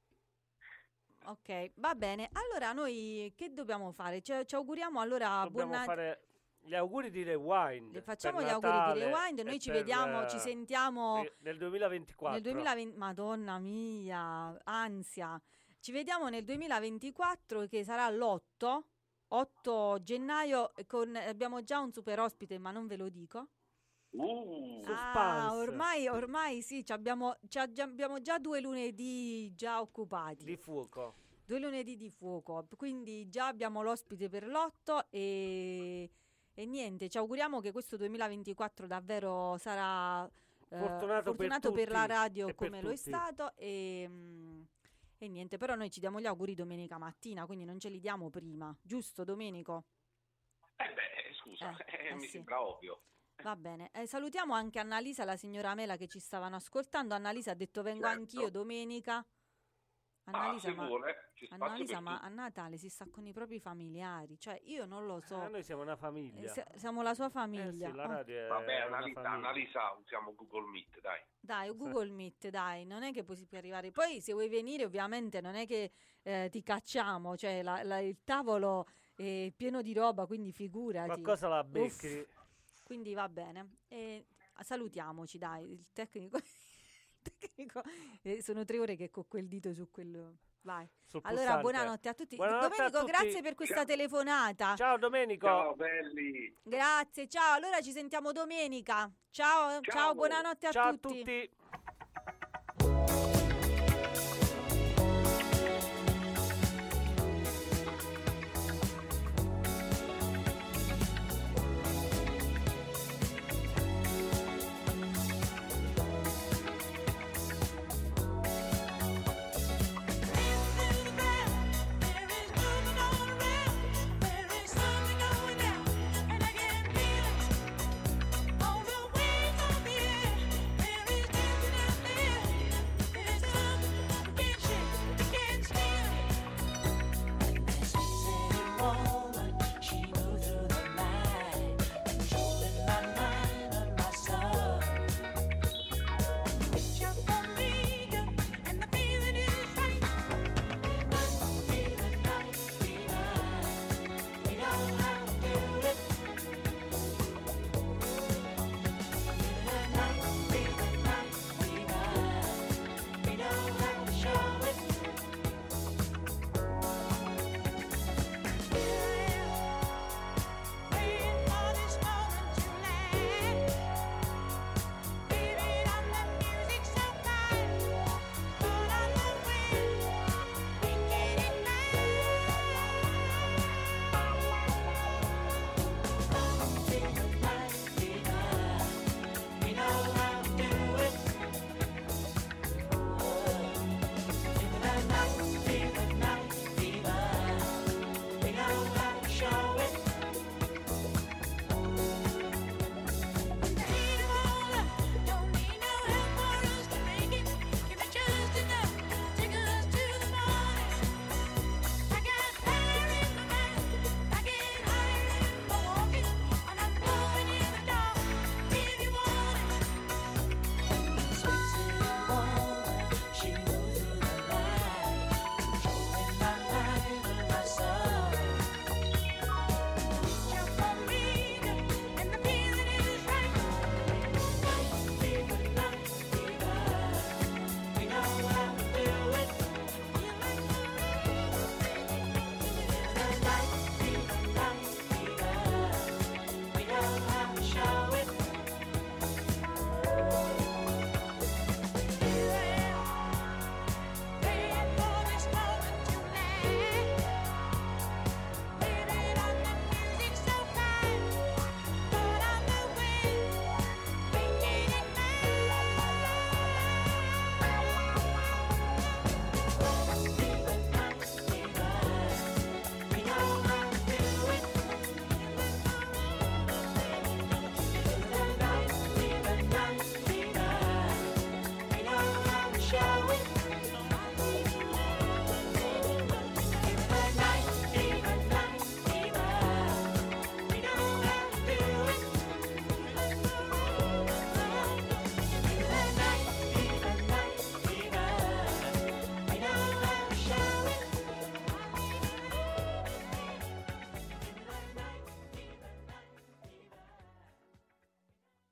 Ok, va bene. Allora noi che dobbiamo fare? Ci, ci auguriamo allora Dobbiamo buon Nat- fare gli auguri di Rewind. Le facciamo per gli auguri di Natale Rewind, e noi ci per, vediamo, eh, ci sentiamo eh, nel duemilaventiquattro. nel duemilaventi. Madonna mia, ansia. Ci vediamo nel duemilaventiquattro che sarà l'otto gennaio con abbiamo già un super ospite, ma non ve lo dico. Uh, Ah, Suspense. ormai ormai sì, ci abbiamo, ci ha- già- abbiamo già due lunedì già occupati. Di fuoco. Due lunedì di fuoco, quindi già abbiamo l'ospite per l'otto e, e niente, ci auguriamo che questo duemilaventiquattro davvero sarà eh, Fortunato per fortunato per, la tutti radio e per come lo è tutti. stato e, mm, e niente, però noi ci diamo gli auguri domenica mattina, quindi non ce li diamo prima, giusto Domenico? eh beh, scusa, Eh, eh, eh mi sì. sembra ovvio. Va bene, Eh, salutiamo anche Annalisa, la signora Mela che ci stavano ascoltando. Annalisa ha detto vengo Certo. anch'io domenica. Annalisa, ah, se ma, vuole, c'è spazio Annalisa, per ma tutti. a Natale si sta con i propri familiari, cioè io non lo so. Eh, noi siamo una Eh, famiglia. se- siamo la sua Eh famiglia. sì, la Oh, radio è Vabbè, una Annalisa, famiglia. Annalisa, usiamo Google Meet, dai. Dai, Google Meet, dai, non è che poi si può arrivare. Poi se vuoi venire, ovviamente non è che eh, ti cacciamo, cioè la- la- il tavolo è pieno di roba, quindi figurati. Qualcosa la becchi. Uff, quindi va bene. E salutiamoci, dai, il tecnico. il tecnico eh, sono tre ore che con quel dito su quello. Vai. sul Allora, pulsante. buonanotte a tutti. Buonanotte a Domenico, tutti. grazie per questa Ciao. telefonata. Ciao Domenico. Ciao belli. Grazie, ciao. Allora ci sentiamo domenica. Ciao, ciao, Ciao. buonanotte a Ciao a tutti. tutti.